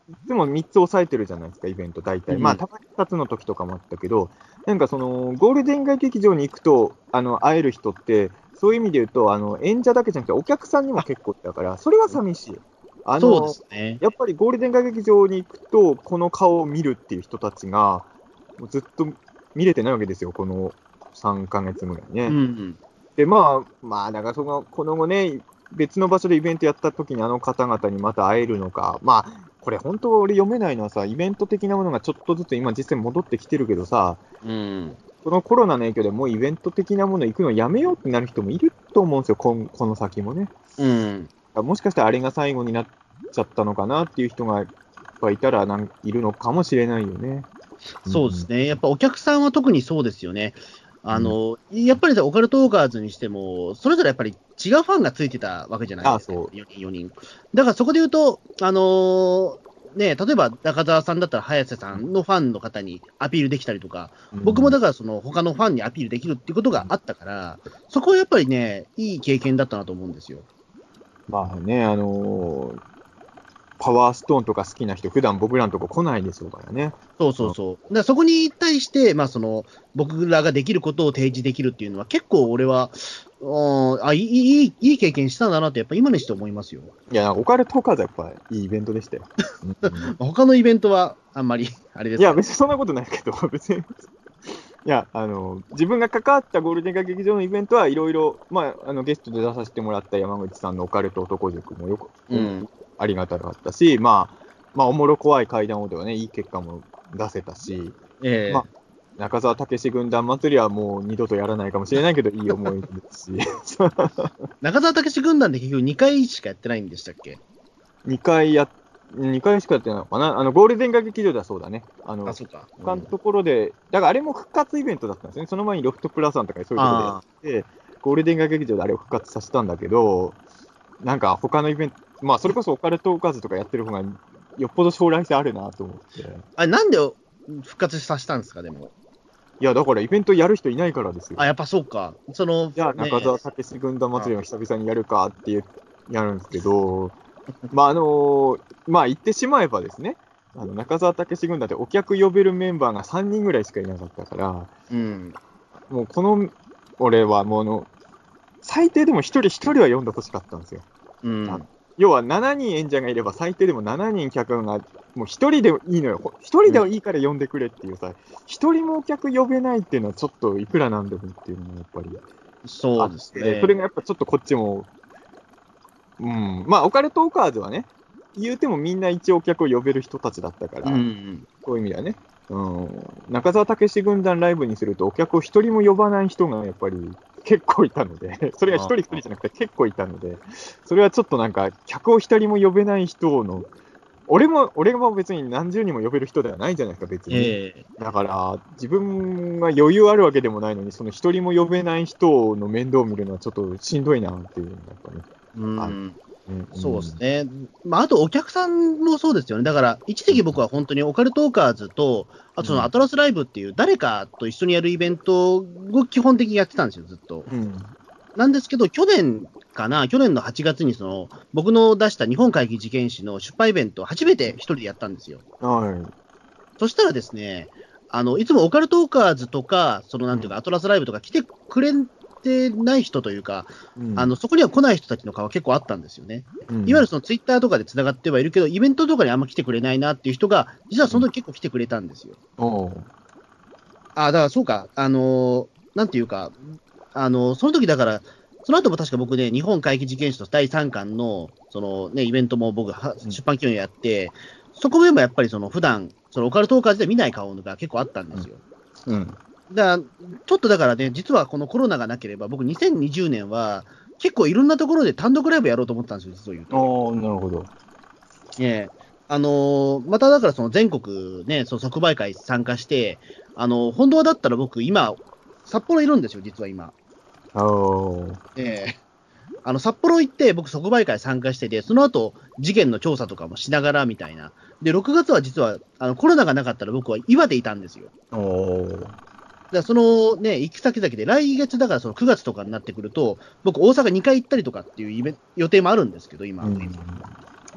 いつもみっつ抑えてるじゃないですか、イベント大体。 うんまあ、たまにふたつの時とかもあったけど、なんかその、ゴールデン街劇場に行くと、あの、会える人って、そういう意味で言うと、あの、演者だけじゃなくて、お客さんにも結構いたから、それは寂しい。あそうでの、 すね。 やっぱりゴールデン街劇場に行くと、この顔を見るっていう人たちが、もうずっと見れてないわけですよ、このさんかげつぐらいね。 うんうん。 で、まあ、まあ、だからその、この後ね、別の場所でイベントやった時にあの方々にまた会えるのか、まあ、これ本当俺読めないのはさ、イベント的なものがちょっとずつ今実際戻ってきてるけどさ、 うん。 このコロナの影響でもうイベント的なもの行くのやめようってなる人もいると思うんですよ、こんこの先もね。 うん。 もしかしたらあれが最後になっちゃったのかなっていう人がやっぱいたらなんいるのかもしれないよね。 そうですね。やっぱお客さんは特にそうですよね。あの、やっぱりさオカルトーカーズにしても、それぞれやっぱり違うファンがついてたわけじゃないですか。 あそうよにん、よにん。だからそこで言うと、あのーね、例えば中澤さんだったら早瀬さんのファンの方にアピールできたりとか、僕もだからその他のファンにアピールできるっていうことがあったから、そこはやっぱりね、いい経験だったなと思うんですよ。 まあね、あのーパワーストーンとか好きな人、普段僕らのとこ来ないでしょうからね。 そうそうそう。だからそこに対して、まあその、僕らができることを提示できるっていうのは、結構俺は、うんあいいいいいい経験したんだなって、やっぱ今にして思いますよ。 いや、オカルトーカーズはやっぱいいイベントでしたよ。うんうんまあ他のイベントはあんまり、あれですいや、 けど。 別にそんなことないけど、別に。いや、あの、自分が関わったゴールデン街劇場のイベントはいろいろ、まあ、あの、ゲストで出させてもらった山口さんのオカルト男塾もよく、 うん。 ありがたかったし、まあ、まあ、おもろ怖い怪談王ではね、いい結果も出せたし、 ええまあ、中澤武史軍団祭りはもう二度とやらないかもしれないけど、いい思い出ですし、 中澤武史軍団で結局にかいしかやってないんでしたっけ？ にかいや、にかいしかやってないのかな、あのゴールデン街劇場ではそうだね。あのあ、そうか。 他のところで、だからあれも復活イベントだったんですね。その前にロフトプラスさんとかそういうところでやって、ゴールデン街劇場であれを復活させたんだけど、なんか他のイベント、まあそれこそオカルトーカーズとかやってる方がよっぽど将来性あるなと思って。 あれ、なんで復活させたんですか、でも。 いや、だからイベントやる人いないからですよ。 あ、やっぱそうか。その、 じゃあね中澤武史軍団祭りを久々にやるかっていうやるんですけど、まああのまあ言ってしまえばですね、あの中澤武史軍団ってお客呼べるメンバーがさんにんぐらいしかいなかったから、 うん。 もうこの、俺はもうあの、最低でもひとりひとりは呼んでほしかったんですよ。 うん。 要はしちにん演者がいれば最低でもしちにん客が、もうひとりでいいのよ。ひとりでいいから呼んでくれっていうさ、ひとりもお客呼べないっていうのはちょっといくらなんでもっていうのがやっぱりそうですね。 それがやっぱちょっとこっちも、うん、まあオカルトーカーズはね、言うてもみんな一応お客を呼べる人たちだったから、 うん。 そういう意味ではね。うん、中澤武史軍団ライブにすると、お客を一人も呼ばない人がやっぱり結構いたので、それが一人一人じゃなくて結構いたので、それはちょっとなんか、客を一人も呼べない人の、俺も、俺も別に何十人も呼べる人ではないじゃないですか、別に。 ええだから、自分が余裕あるわけでもないのに、その一人も呼べない人の面倒を見るのはちょっとしんどいなっていうのがやっぱね。 うん。 うんそうですね。まあ、あとお客さんもそうですよね。だから、一時期僕は本当にオカルトーカーズと、あとそのアトラスライブっていう誰かと一緒にやるイベントを基本的にやってたんですよ、ずっと。 うん。 なんですけど、去年かな、去年のはちがつにその僕の出した日本会議事件史の出版イベントを初めて一人でやったんですよ。 はい。 そしたらですね、あのいつもオカルトーカーズとか、そのなんていうか、アトラスライブとか来てくれてない人というか、 うんあのそこには来ない人たちの顔結構あったんですよね。 うんいわゆるそのツイッターとかでつながってはいるけど、イベントとかにあんま来てくれないなっていう人が、実はその時結構来てくれたんですよ。 おうあだからそうか、あのーなんていうか、あのーその時だから、その後も確か僕ね、日本怪奇事件史のだいさんかんのその、ね、イベントも僕は、出版記念やって、そこでもやっぱりその普段そのオカルトーカーズで見ない顔が結構あったんですよ。 うん。 だからちょっとだからね、実はこのコロナがなければ、僕、にせんにじゅうねんは結構いろんなところで単独ライブやろうと思ったんですよ、実を言うと。 おーなるほど。 ねあのーまただからその全国ね、その即売会参加して、あのー本当はだったら僕、今、札幌いるんですよ、実は今。 おーええあの札幌行って、僕、即売会参加してて、その後事件の調査とかもしながらみたいな。で、ろくがつは実はあのコロナがなかったら僕は岩手いたんですよ。 おーだからそのね、行き先々で、来月だからそのくがつとかになってくると、僕、大阪にかい行ったりとかっていうイベ予定もあるんですけど、今。 うんだか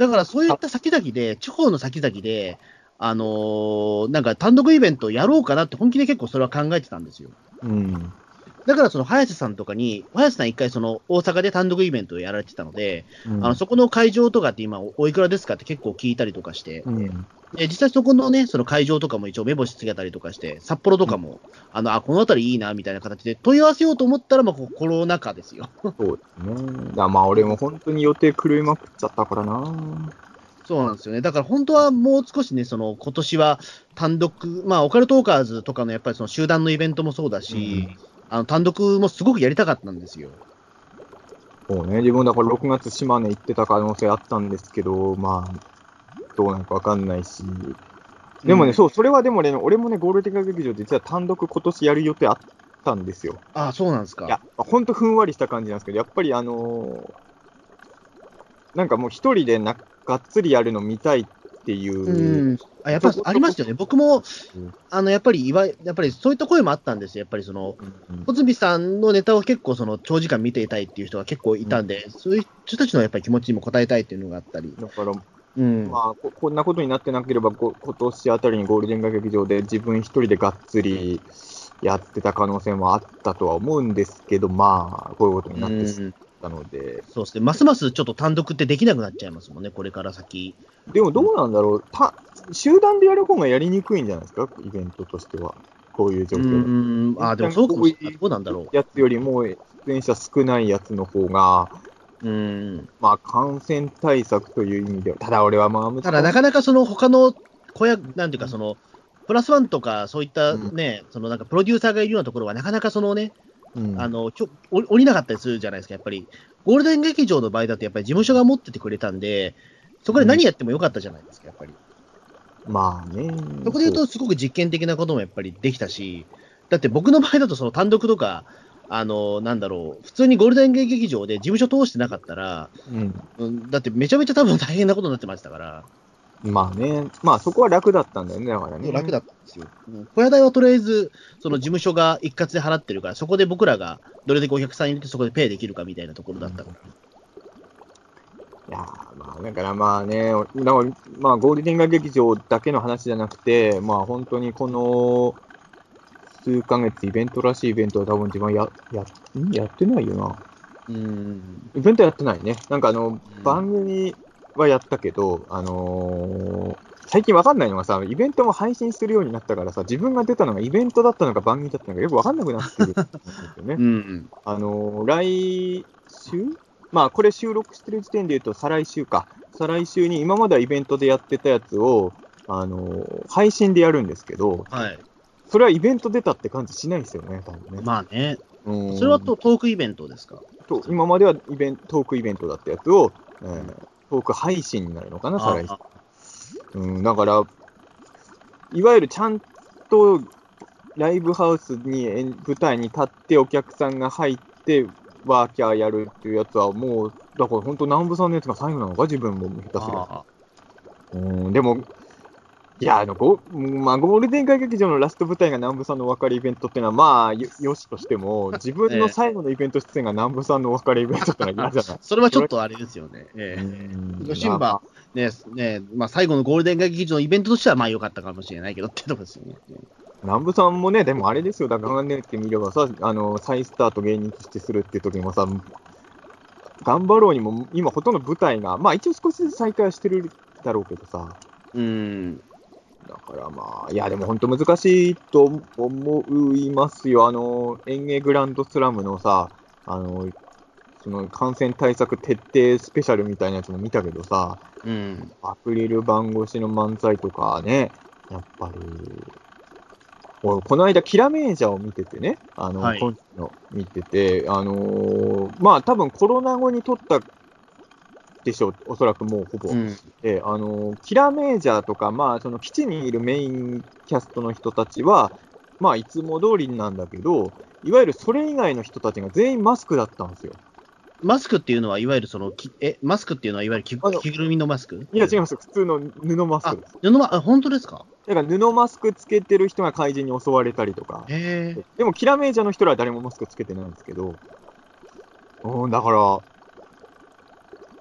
だからそういった先々で、地方の先々で、あのーなんか単独イベントをやろうかなって、本気で結構それは考えてたんですよ。 うん。 だからその早瀬さんとかに、早瀬さん一回その大阪で単独イベントをやられてたので、 うんあのそこの会場とかって今おおいくらですかって結構聞いたりとかして、 うん。 で実際そこのね、その会場とかも一応目星つけたりとかして、札幌とかも、あの、あ、この辺りいいな、みたいな形で問い合わせようと思ったら、まあ、こうコロナ禍ですよ。 そうですね。だからまあ俺も本当に予定狂いまくっちゃったからな。 そうなんですよね。だから本当はもう少しね、その今年は単独、まあ、オカルトーカーズとかのやっぱりその集団のイベントもそうだし、あの単独もすごくやりたかったんですよ。 そうね。自分だからろくがつ島根行ってた可能性あったんですけど、まあ、どうなるかわかんないし。でもね、 うんそう、それはでもね、俺もね、ゴールデン街劇場実は単独今年やる予定あったんですよ。 ああ、そうなんですか。 いや、ほんとふんわりした感じなんですけど、やっぱりあのーなんかもう一人でながっつりやるの見たいっていうう、 ん、あやっぱりありますよね。僕も、 うんあの、やっぱりいわ、やっぱりそういった声もあったんですよ。やっぱりその、 うん穂積さんのネタを結構その長時間見ていたいっていう人が結構いたんで、そういう人たちのやっぱり気持ちにも応えたいっていうのがあったり。 だから、 うん。 まあこ、こんなことになってなければ、こ今年あたりにゴールデン街劇場で自分一人でがっつりやってた可能性もあったとは思うんですけど、まあ、こういうことになってしまったので、 そうですね。ますますちょっと単独ってできなくなっちゃいますもんね、これから先。 でもどうなんだろう、た集団でやる方がやりにくいんじゃないですか、イベントとしては、こういう状う況で。 ん。あ、でもそうかもしれない。どうなんだろやつよりも出演者少ないやつの方が、 う。うん。 まあ、感染対策という意味では、ただ俺はまあ難しい、 ただなかなかその他の小屋、なんていうかその、プラスワンとかそういったね、そのなんかプロデューサーがいるようなところはなかなかそのね、 うんあの、ちょ降降りなかったりするじゃないですか、やっぱり。ゴールデン劇場の場合だとやっぱり事務所が持っててくれたんで、そこで何やってもよかったじゃないですか、やっぱり。 まあね。 そこで言うと、すごく実験的なこともやっぱりできたし、だって僕の場合だと、その単独とか、あの、なんだろう、普通にゴールデン劇場で事務所通してなかったら、 うん、 うん、だってめちゃめちゃ多分大変なことになってましたから、 まあね。まあそこは楽だったんだよね、だからね。 楽だったんですよ。うん小屋代はとりあえず、その事務所が一括で払ってるから、そこで僕らがどれだけお客さん入れてそこでペイできるかみたいなところだったから。 いやーまあだからまあね、だからまあゴールデン街劇場だけの話じゃなくて、まあ本当にこの数ヶ月イベントらしいイベントは多分自分や、や、んやってないよな。 うん。 イベントやってないね。なんかあの、 ん番組はやったけど、あのー最近わかんないのがさ、イベントも配信するようになったからさ、自分が出たのがイベントだったのか番組だったのかよくわかんなくなってるんですよね。 うん。 あのー来週まあ、これ収録してる時点で言うと、再来週か。再来週に今まではイベントでやってたやつを、あのー配信でやるんですけど、 はい。 それはイベント出たって感じしないですよね、多分ね。 まあね。 うんそれはとトークイベントですか？ と今まではイベントークイベントだったやつを、えートーク配信になるのかな、再来週あ。 うん、だから、いわゆるちゃんとライブハウスにえん舞台に立ってお客さんが入ってワーキャーやるっていうやつはもう、だから本当南部さんのやつが最後なのか、自分も下手すれば。 あうん、でも、いや、あの、ゴまあ、ゴールデン街劇場のラスト舞台が南部さんのお別れイベントっていうのは、まあ、よよしとしても、自分の最後のイベント出演が南部さんのお別れイベントってのは嫌じゃない。 それはちょっとあれですよね。ええうん吉馬ね、ね、まあ最後のゴールデン劇場のイベントとしてはまあ良かったかもしれないけどっていうところですよね。 南部さんもね、でもあれですよ、だから考えてみればさ、あの、再スタート芸人としてするっていう時もさ、頑張ろうにも、今ほとんど舞台が、まあ一応少しずつ再開はしてるだろうけどさ、 うん。 だからまあ、いやでも本当難しいと思いますよ。あの、演芸グランドスラムのさ、あの、その感染対策徹底スペシャルみたいなやつも見たけどさ、 うん。 アクリル板越しの漫才とかね、やっぱり、俺この間、キラメージャーを見ててね、あの、 はい今期の見てて、あのーまあ多分コロナ後に撮ったでしょう、おそらくもうほぼ。 うん。 で、あの、キラメージャーとか、まあ、その基地にいるメインキャストの人たちは、まあ、いつも通りなんだけど、いわゆるそれ以外の人たちが全員マスクだったんですよ。 マスクっていうのは、いわゆるその、きえ、マスクっていうのは、いわゆる着あの着ぐるみのマスクいや、違います。普通の布マスあクです。、 布マ、あ、本当ですか？ だから布マスクつけてる人が怪人に襲われたりとか。 へえ。 でも、キラメージャーの人らは誰もマスクつけてないんですけど、うん、だから、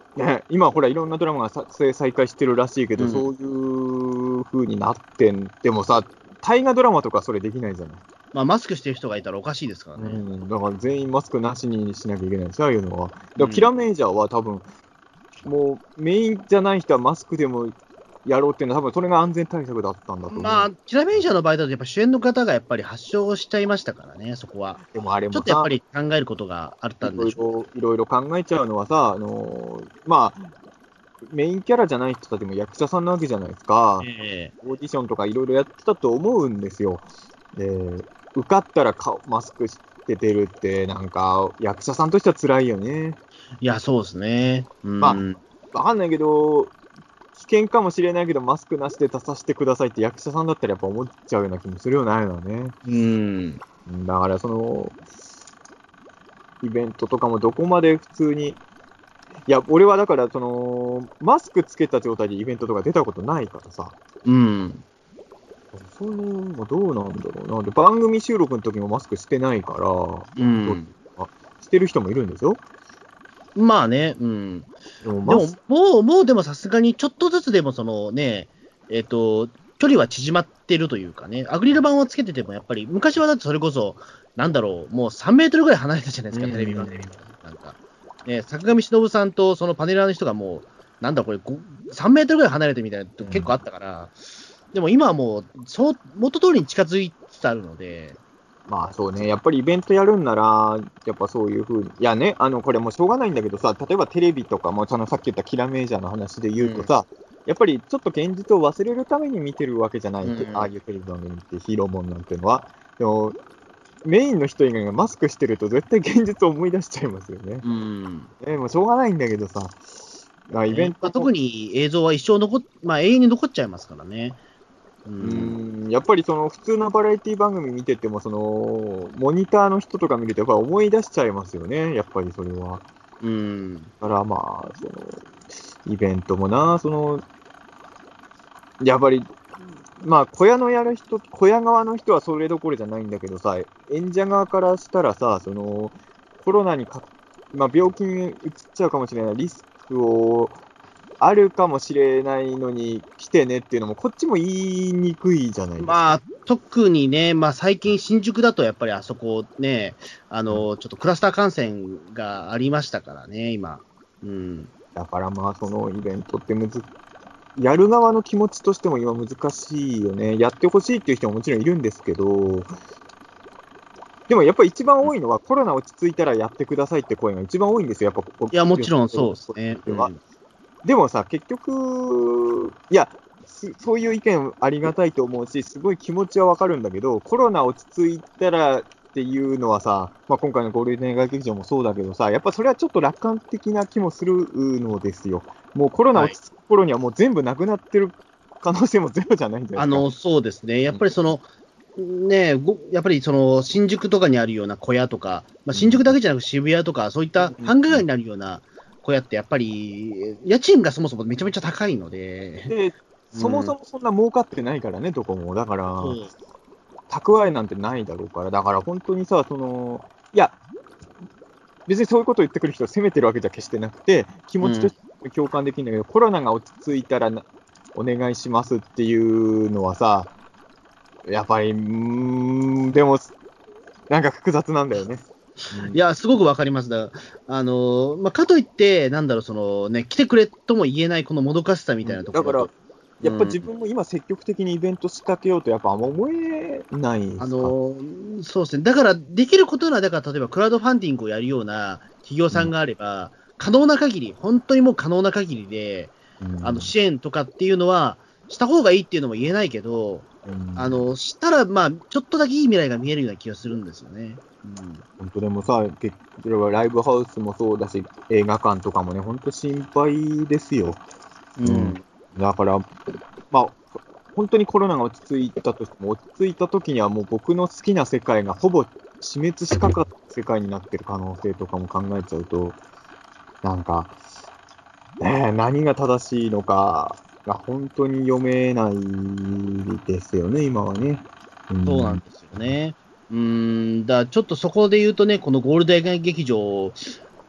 ね、今ほらいろんなドラマが撮影再開してるらしいけど、 うんそういう風になってん、でもさ、大河ドラマとかそれできないじゃない。 まあ、マスクしてる人がいたらおかしいですからうね。 ん、だから全員マスクなしにしなきゃいけないんですよ、ああいうのは。だかうんらキラメイジャーは多分、もうメインじゃない人はマスクでもやろうっていうのは、多分それが安全対策だったんだと思う。 まあ、キラメイジャーの場合だと、やっぱ主演の方がやっぱり発症しちゃいましたからね、そこは。 でもあれもちょっとやっさ、 ぱり考えることがあったんいろいでしょう。 ろいろいろ考えちゃうのはさ、あのーまあ、メインキャラじゃない人たちも役者さんなわけじゃないですか。 えオーディションとかいろいろやってたと思うんですよ。で、受かったら顔マスクして出るって、なんか役者さんとしては辛いよね。 えいや、そうですね。うん。 まわかんないけど、危険かもしれないけど、マスクなしで出させてくださいって役者さんだったらやっぱ思っちゃうような気もするようなのはね。 うん。 うんだからその、イベントとかもどこまで普通に、いや、俺はだから、その、マスクつけた状態でイベントとか出たことないからさ、 うん。 その、どうなんだろうな。で、番組収録の時もマスクしてないから、 うん。 してる人もいるんですよ。 まあね、うん。 でも、 でもマス、 もう、もうでもさすがにちょっとずつでもそのね、えっ、と、距離は縮まってるというかね、アクリル板をつけててもやっぱり、昔はだってそれこそ、なんだろう、もうさんメートルぐらい離れたじゃないですか、 うんテレビ番組なんか。ね、坂上忍さんとそのパネラーの人がもう、なんだこれ、ごさんメートルぐらい離れてみたいなの結構あったから、でも今はもう、そう、元通りに近づいつつあるので、 まあそうね、やっぱりイベントやるんなら、やっぱそういうふうに、いやね、あの、これもうしょうがないんだけどさ、例えばテレビとかも、そのさっき言ったキラメージャーの話で言うとさ、やっぱりちょっと現実を忘れるために見てるわけじゃない、 うんああいうテレビ番組ってヒーローもんなんていうのは。でも、メインの人以外がマスクしてると絶対現実を思い出しちゃいますよね。 うん。 えもうしょうがないんだけどさ、あイベント、 まあ、特に映像は一生残っ、まあ、永遠に残っちゃいますからね。ううーんやっぱりその普通のバラエティ番組見てても、そのモニターの人とか見ると、やっぱり思い出しちゃいますよね、やっぱりそれは。 うん。 だからまあ、そのイベントもな、そのやっぱり、まあ、小屋のやる人、小屋側の人はそれどころじゃないんだけどさ、演者側からしたらさ、そのコロナにか、まあ、病気に移っちゃうかもしれないリスクをあるかもしれないのに来てねっていうのも、こっちも言いにくいじゃないですか。 まあ、特にね、まあ、最近、新宿だとやっぱりあそこね、あの、ちょっとクラスター感染がありましたからね、今。うん。 だからまあ、そのイベントってむず、やる側の気持ちとしても今難しいよね。やってほしいっていう人ももちろんいるんですけど、でもやっぱり一番多いのは、コロナ落ち着いたらやってくださいって声が一番多いんですよ、やっぱ。 いや、もちろんそうですね。 ではでもさ、結局、いや、そういう意見ありがたいと思うし、すごい気持ちはわかるんだけど、コロナ落ち着いたらっていうのはさ、まあ、今回のゴールデン街劇場もそうだけどさ、やっぱそれはちょっと楽観的な気もするのですよ。もうコロナ落ち着く頃にはもう全部なくなってる可能性もゼロじゃないんじゃないですか。 あの、そうですね。やっぱりその、ねごやっぱりその新宿とかにあるような小屋とか、まあ、新宿だけじゃなく渋谷とか、そういった繁華街になるような小屋って、やっぱり家賃がそもそもめちゃめちゃ高いので。 で、そもそもそんな儲かってないからね、どこも。だから、 そう蓄えなんてないだろうから、だから本当にさ、その、いや、別にそういうことを言ってくる人を責めてるわけじゃ決してなくて、気持ちとして共感できるんだけど、コロナが落ち着いたらなお願いしますっていうのはさ、やっぱり、うーん、でも、なんか複雑なんだよね。 いや、すごくわかります。だあのまあ、かといって、なんだろう、そのね、来てくれとも言えないこのもどかしさみたいなところだから、 と、 やっぱ自分も今積極的にイベント仕掛けようとやっぱ思えないですか。 あのそうですね、だからできることは、だから例えばクラウドファンディングをやるような企業さんがあれば、うん、可能な限り、本当にもう可能な限りで、うん、あの支援とかっていうのは、した方がいいっていうのも言えないけど、うん、あのしたら、まあ、ちょっとだけいい未来が見えるような気がするんですよね。うん、 本当でもさ、結局ライブハウスもそうだし、映画館とかもね、本当心配ですよ。うん、うん、だから、まあ、本当にコロナが落ち着いたとしても、落ち着いた時にはもう僕の好きな世界がほぼ死滅しかかった世界になってる可能性とかも考えちゃうと、なんか、ねえ、何が正しいのかが本当に読めないですよね、今はね。 うん、そうなんですよね。うーんだちょっとそこで言うとね、このゴールデン劇場、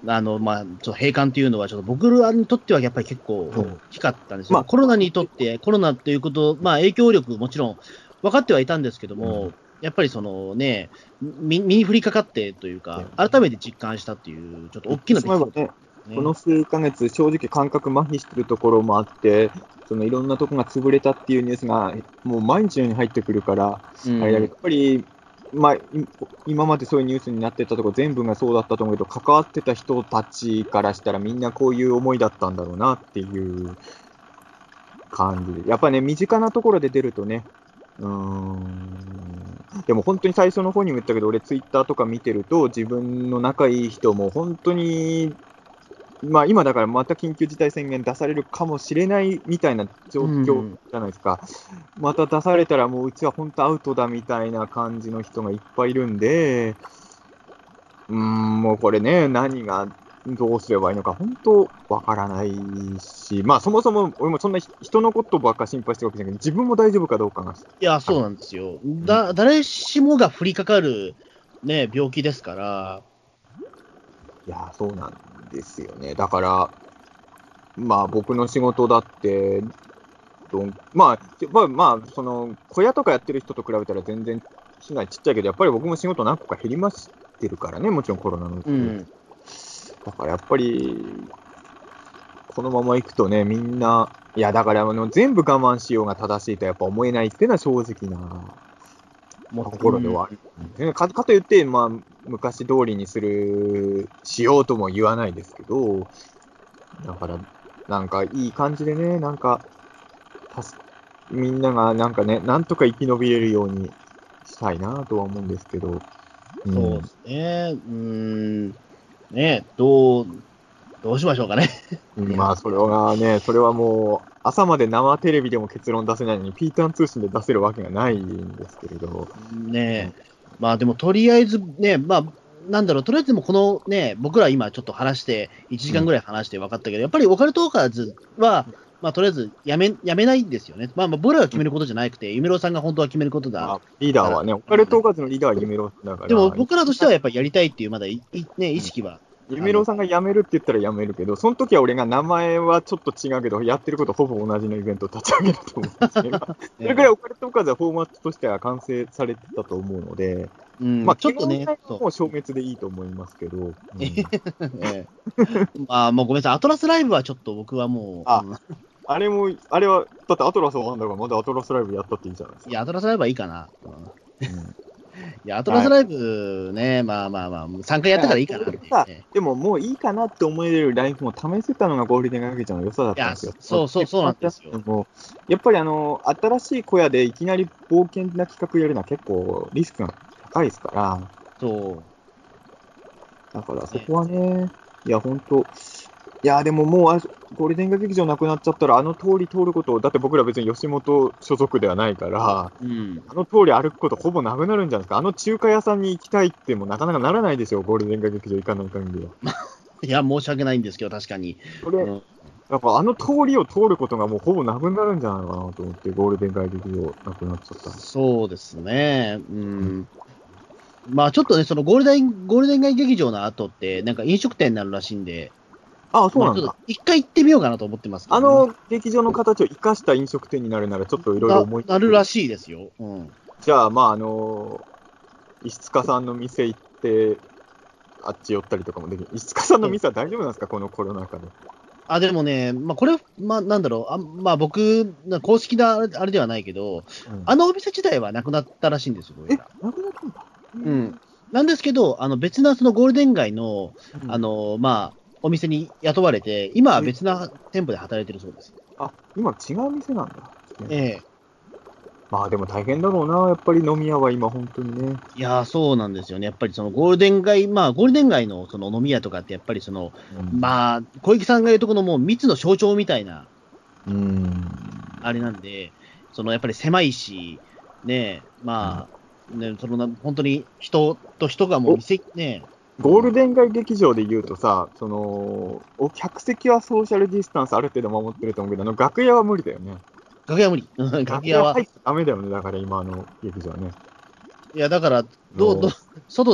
あの、まあ、ちょっと閉館っていうのは、ちょっと僕らにとってはやっぱり結構大きかったんですよ。 まあコロナにとって、コロナっていうこと、まあ、影響力もちろん分かってはいたんですけども、うん、やっぱりそのね、身に降りかかってというか、改めて実感したっていう、ちょっと大きな出来事、 ねね、この数ヶ月、正直感覚麻痺してるところもあって、そのいろんなとこが潰れたっていうニュースが、もう毎日のように入ってくるから、うん、あれだけどやっぱり、まあ、今までそういうニュースになってたところ全部がそうだったと思うけど、関わってた人たちからしたらみんなこういう思いだったんだろうなっていう感じで、やっぱね、身近なところで出るとね、うーん、でも本当に最初の方にも言ったけど、俺ツイッターとか見てると、自分の仲いい人も本当に、まあ今だからまた緊急事態宣言出されるかもしれないみたいな状況じゃないですか。うん、また出されたらもううちは本当アウトだみたいな感じの人がいっぱいいるんで、うーん、もうこれね、何がどうすればいいのか本当わからないし、まあそもそも俺もそんな人のことばっか心配してるわけじゃなくて、自分も大丈夫かどうかが。 いや、そうなんですよ。だ、誰しもが降りかかるね、病気ですから。 いや、そうなんですよね。だから、まあ僕の仕事だって、まあ、まあ、まあ、その、小屋とかやってる人と比べたら全然被害ちっちゃいけど、やっぱり僕も仕事何個か減りましてるからね、もちろんコロナのうち、うん、だからやっぱり、このままいくとね、みんな、いや、だからあの全部我慢しようが正しいとやっぱ思えないっていうのは正直なところではある。うん、か, かといって、まあ、昔通りにする、しようとも言わないですけど、だから、なんかいい感じでね、なんか、みんながなんかね、なんとか生き延びれるようにしたいなとは思うんですけど。 うん、そうですね。うん。ね、どう、どうしましょうかね。 まあ、それはね、それはもう、朝まで生テレビでも結論出せないのに、ピーターン通信で出せるわけがないんですけれど。 ねえ、うん、まあでも、とりあえずね、まあ、なんだろう、とりあえずでもこのね、僕ら今ちょっと話して、いちじかんぐらい話して分かったけど、うん、やっぱりオカルトーカーズは、まあとりあえずやめ、やめないんですよね。まあまあ、僕らが決めることじゃなくて、夢郎さんが本当は決めることだ。まあ、 リーダーはね、オカルトーカーズのリーダーは夢郎だから。 でも僕らとしてはやっぱりやりたいっていう、まだいい、ね、意識は。 夢郎さんが辞めるって言ったら辞めるけど、その時は俺が名前はちょっと違うけど、やってることほぼ同じのイベントを立ち上げると思うんですけど、それくらいオカルトーカーズはフォーマットとしては完成されてたと思うので、うん、まあ、ちょっとね、もう消滅でいいと思いますけど。うん、 ええ、まあ、もうごめんなさい、アトラスライブはちょっと僕はもう。 あ、うん、あれも、あれは、だってアトラスはあんだから、まだアトラスライブやったっていいじゃないですか。 いや、アトラスライブはいいかな。うんうんいや、アトラスライブね、はい、まあまあまあ、さんかいやったからいいかなって、ね、 でももういいかなって思えるライフも試せたのがゴールデンガゲちゃんの良さだったんですよ。 そうそうそうなんですよ。 もやっぱりあの、新しい小屋でいきなり冒険な企画やるのは結構リスクが高いですから。 そう。 だからそこはね、ねいや、ほんと、いや、でももうあ、ゴールデンガ劇場なくなっちゃったら、あの通り通ること、だって僕ら別に吉本所属ではないから、うん、あの通り歩くことほぼなくなるんじゃないですか。あの中華屋さんに行きたいってもなかなかならないでしょう、ゴールデンガ劇場行かない限りは。 いや、申し訳ないんですけど、確かに。 それ、うん、やっぱあの通りを通ることがもうほぼなくなるんじゃないのかなと思って、ゴールデンガ劇場なくなっちゃった。 そうですね。うん。うんまあちょっとね、そのゴールデン、ゴールデン街劇場の後って、なんか飲食店になるらしいんで、 ああ、そうなんだ。まあ、 一回行ってみようかなと思ってますけど、 ね、あの劇場の形を生かした飲食店になるなら、ちょっといろいろ思いなるらしいですよ。うん、 じゃあ、まあ、あのー、石塚さんの店行って、あっち寄ったりとかもできる。石塚さんの店は大丈夫なんですか、このコロナ禍で。 あ、でもね、まあ、これ、まあ、なんだろう、あまあ、僕、公式なあれではないけど、うん、あのお店自体はなくなったらしいんですよ、 え、なくなったんだ。 うん。なんですけど、あの別なそのゴールデン街の、うん、あの、まあ、お店に雇われて、今は別な店舗で働いてるそうです。 あ、今違う店なんだ。 ええ。 まあでも大変だろうな、やっぱり飲み屋は今本当にね。 いやそうなんですよね。やっぱりそのゴールデン街、まあゴールデン街のその飲み屋とかってやっぱりその、うん、まあ小池さんが言うとこのもう密の象徴みたいな、うん、あれなんで、そのやっぱり狭いし、ね、まあ、ね、その本当に人と人がもう店ね。 ゴールデン街劇場で言うとさ、その、客席はソーシャルディスタンスある程度守ってると思うけど、あの楽屋は無理だよね。 楽屋無理。楽屋は。 入ってダメだよね、だから今の劇場はね。 いや、だから、どう、どう、外で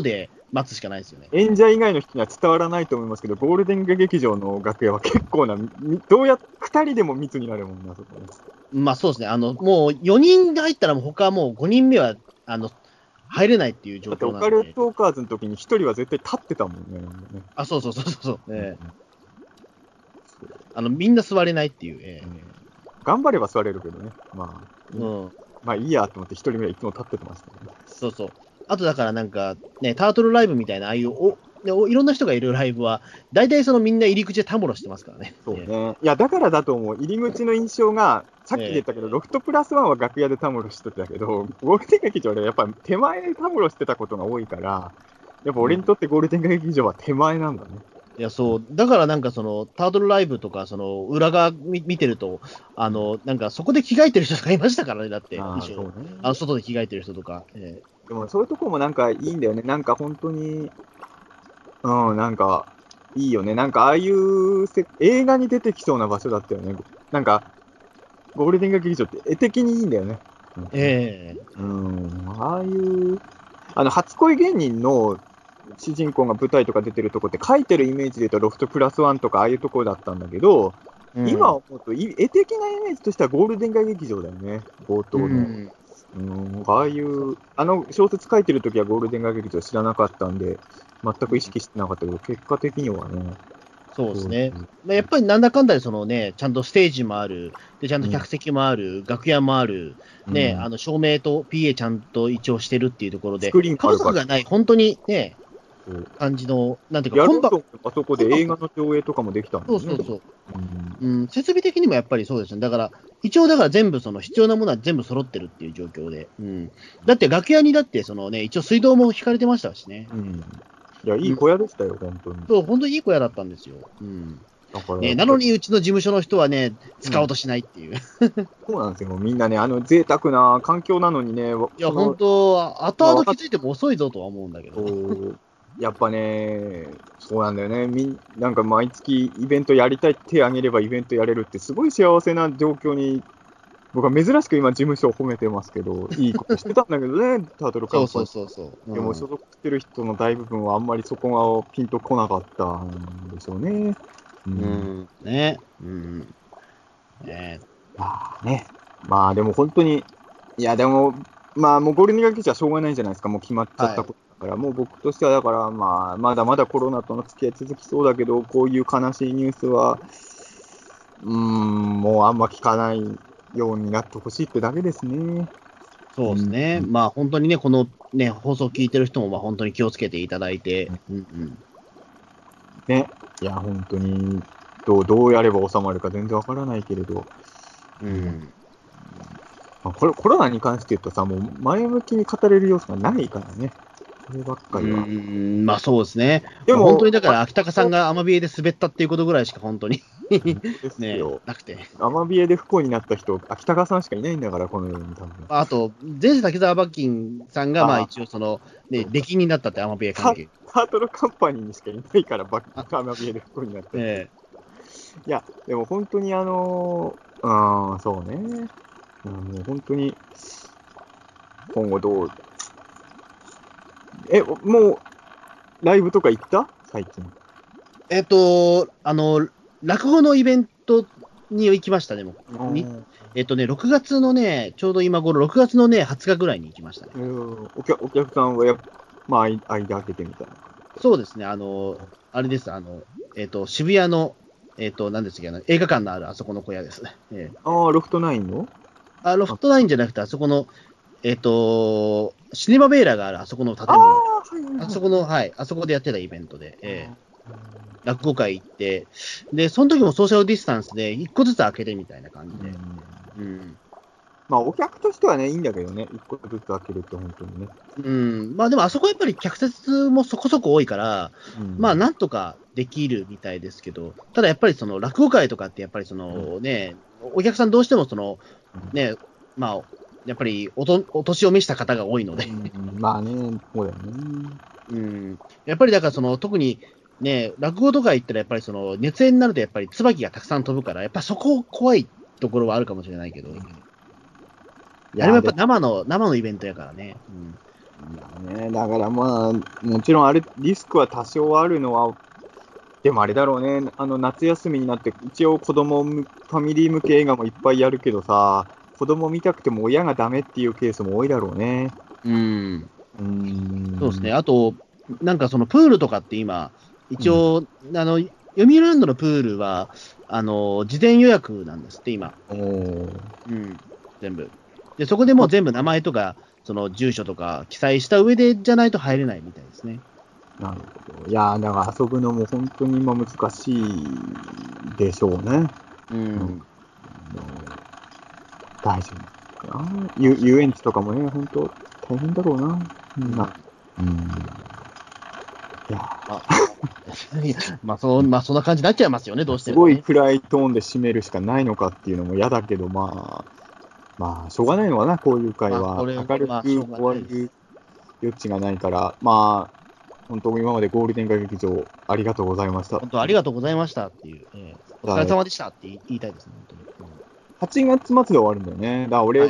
待つしかないですよね。 演者以外の人には伝わらないと思いますけど、ゴールデン劇場の楽屋は結構な、みどうやふたりでも密になるもんな、そこね。 まあそうですね、あのもうよにんが入ったら、もう他はもうごにんめはあの入れないっていう状だって、オ況なんで。 カルトーカーズの時にひとりは絶対立ってたもんね。なんかねあ、そうそうそうそう、ええうんあのみんな座れないっていう。ええ頑張れば座れるけどね。まあ、 うんまあいいやと思ってひとりめはいつも立っててましたね。 そうそう。あとだからなんか、ね、タートルライブみたいな、ああいうおでおいろんな人がいるライブは、大体そのみんな入り口でたむろしてますからね。 そうえね。いや、だからだと思う。入り口の印象が、さっき言ったけど、ロフトプラスワンは楽屋でたむろしてたけど、ゴールデン劇場でやっぱり手前でたむろしてたことが多いから、やっぱ俺にとってゴールデン劇場は手前なんだね。 いや、そう、だからなんかその、タートルライブとか、その、裏側見見てると、あの、なんかそこで着替えてる人とかいましたからね、だって、 ああ、 衣装そうね。 あの、外で着替えてる人とか。えでもそういうとこもなんかいいんだよね。なんか本当に、うん、なんかいいよね。なんかああいうせ映画に出てきそうな場所だったよね。なんか、ゴールデン劇場って絵的にいいんだよね。 ええうん、ああいう、あの、初恋芸人の主人公が舞台とか出てるとこって書いてるイメージで言うとロフトプラスワンとかああいうところだったんだけど、 うん今思うとい絵的なイメージとしてはゴールデン街劇場だよね、冒頭の。 ううんん、ああいう、あの小説書いてるときはゴールデン街劇場知らなかったんで、全く意識してなかったけど、結果的にはね。 そうですねそう。 まあやっぱりなんだかんだでそのね、ちゃんとステージもある、でちゃんと客席もある、楽屋もある、ね、 うんあの照明と ピーエー ちゃんと一応してるっていうところで、 スクリーンもあ家るから族がない、本当にね、 そう感じの、なんていうか、コンパやろうと思えばあそこで映画の上映とかもできたんだよね。 そうそうそう。 うんうん、設備的にもやっぱりそうですね。だから、一応だから全部その必要なものは全部揃ってるっていう状況で。うん。だって楽屋にだってそのね、一応水道も引かれてましたしね。 うんいや、いい小屋でしたよ、本当に。 そう、本当にいい小屋だったんですよ。うん。 だから、 ね、なのにうちの事務所の人はね、使おうとしないっていう。 そうなんですよ。みんなね、あの、贅沢な環境なのにね、 いや、 その本当、後々気づいても遅いぞとは思うんだけど。 そうやっぱね、そうなんだよね。みんなんか毎月イベントやりたいって手挙げればイベントやれるってすごい幸せな状況に、僕は珍しく今事務所を褒めてますけど、いいことしてたんだけどね、タートルカンパニー。 そうそうそうそう。 でも所属してる人の大部分はあんまりそこがピンとこなかったんでしょうね。う。 うんん、ね。うん。ねまあね。まあでも本当に、いやでも、まあもうゴールデン街劇場はしょうがないじゃないですか。もう決まっちゃったことだから、もう僕としてはだから、まあまだまだコロナとの付き合い続きそうだけど、こういう悲しいニュースは、うーん、もうあんま聞かないようになってほしいってだけですね。 そうですね。 うんまあ本当にね、このね、放送聞いてる人もまあ本当に気をつけていただいて、うんうん。 ね。いや、本当に、どう、どうやれば収まるか全然わからないけれど、 うん。 まあ、コロコロナに関して言うとさ、もう前向きに語れる要素がないからね。そればっかりは。 うん、まあそうですね。 でもまあ本当にだから、秋高さんがアマビエで滑ったっていうことぐらいしか本当にですねよ。、 なくて。 アマビエで不幸になった人、秋高さんしかいないんだから、この世に多分。 あと、前世滝沢馬琴さんが、まああ一応その、ねそ、う出禁になったってアマビエ関タ係。 タートルカンパニーにしかいないから、バアマビエで不幸になった人。 えいや、でも本当にあのー、うん、そうね。うん、もう本当に、今後どう、え、もう、ライブとか行った最近。 ええっと、あの、落語のイベントに行きましたね、もう。にうんえっとね、ろくがつのね、ちょうど今頃、ろくがつのね、はつかぐらいに行きましたね。 お客お客さんはやっぱ、まあ、間間開けてみたいな。 そうですね、あの、あれです、あの、えっと、渋谷の、えっと、なんですっけど、映画館のあるあそこの小屋ですね。ええああ、ロフトナインのあ、ロフトナインじゃなくて、あそこの、えっと、シネマベーラがあるあそこの建ああ、 物。 はいはいはい。 あそこの、はい、あそこでやってたイベントで、ええ落語会行って、で、その時もソーシャルディスタンスで一個ずつ開けてみたいな感じで。 うんうん。 まあ、お客としてはね、いいんだけどね、一個ずつ開けるって本当にね。 うん。まあでもあそこやっぱり客席もそこそこ多いから、 うんまあなんとかできるみたいですけど、ただやっぱりその落語会とかってやっぱりそのね、お客さんどうしてもそのね、まあ、やっぱりおとお年を召した方が多いので、 うんまあね、そうだよね。 うん。やっぱりだからその特にね、落語とか行ったらやっぱりその熱演になるとやっぱり椿がたくさん飛ぶから、やっぱそこ怖いところはあるかもしれないけど、あれもやっぱ生の、生のイベントやからね。うんだね、だからまあ、もちろんあれ、リスクは多少あるのは、でもあれだろうね、あの夏休みになって、一応子供む、ファミリー向け映画もいっぱいやるけどさ、子供見たくても親がダメっていうケースも多いだろうね。 うん。 うーん。 そうですね。あと、なんかそのプールとかって今、一応、あの、読売ランドのプールは、あの、事前予約なんですって、今。 おーうん。全部。で、そこでもう全部名前とか、その住所とか記載した上でじゃないと入れないみたいですね。 なるほど。いやー、だから遊ぶのも本当に今難しいでしょうね。 うん。 うん大丈夫かな。遊遊園地とかもね、本当大変だろうな。みんな。うん。いやまあ、いやまあ、そう、まあ、そんな感じになっちゃいますよね、どうしすごいてもね。 暗いトーンで締めるしかないのかっていうのも嫌だけど、まあ、まあ、しょうがないのかな、こういう会まあ、 は。 これ、 明るくまあしょうが終わないです。 る余地がないから、まあ、本当今までゴールデン街劇場ありがとうございました。 本当ありがとうございましたっていう、ええお疲れ様でしたって言い言いたいですね、本当に。 はちがつ末で終わるんだよね。だから俺、 うんはい。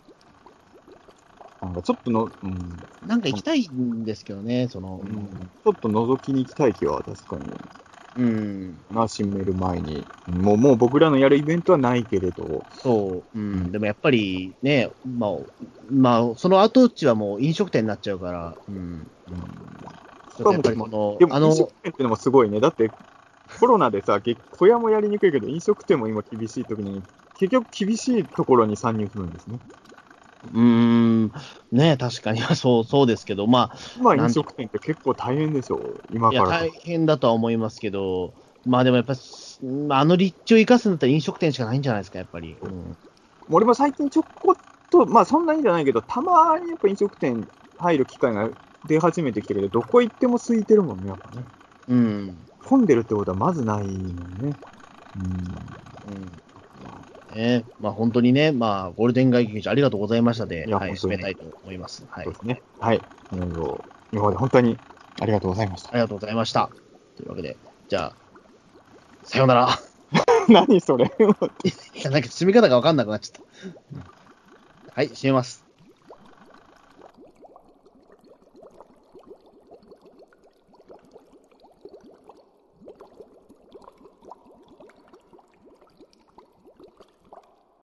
なんかちょっとの、うん、 なんか行きたいんですけどね、その、 うんちょっと覗きに行きたい気は確かにうん、 な、閉める前に。もう、もう僕らのやるイベントはないけれど、 そう、ううんん、でもやっぱりね、まあ、まあ、その跡地はもう飲食店になっちゃうから、うん、 うんちょっとやっぱりその、 でもあの、 飲食店ってのもすごいね。だってコロナでさ、げ小屋もやりにくいけど、飲食店も今厳しい時に、結局厳しいところに参入するんですね。 うーん、ね、確かに、そう、そうですけど、まあ、 今飲なんと、 食店って結構大変でしょ、今いや、 からか。 大変だとは思いますけど、まあでもやっぱ、まああの立地を生かすんだったら飲食店しかないんじゃないですか、やっぱり。うん俺も最近ちょこっと、まあそんなにじゃないけど、たまにやっぱ飲食店入る機会が出始めてきたけど、どこ行っても空いてるもんね、やっぱね。 うん。 混んでるってことはまずないもんね。うん。 うんね、まあ本当にね、まあゴールデン街劇場ありがとうございましたで、 いやはい、 本当に締めたいと思います。はい。 そうですね。はい。あの今まで本当にありがとうございました。 ありがとうございました。というわけで、じゃあ、さようなら。 何それいや、なんか締め方がわかんなくなっちゃった。はい、締めます。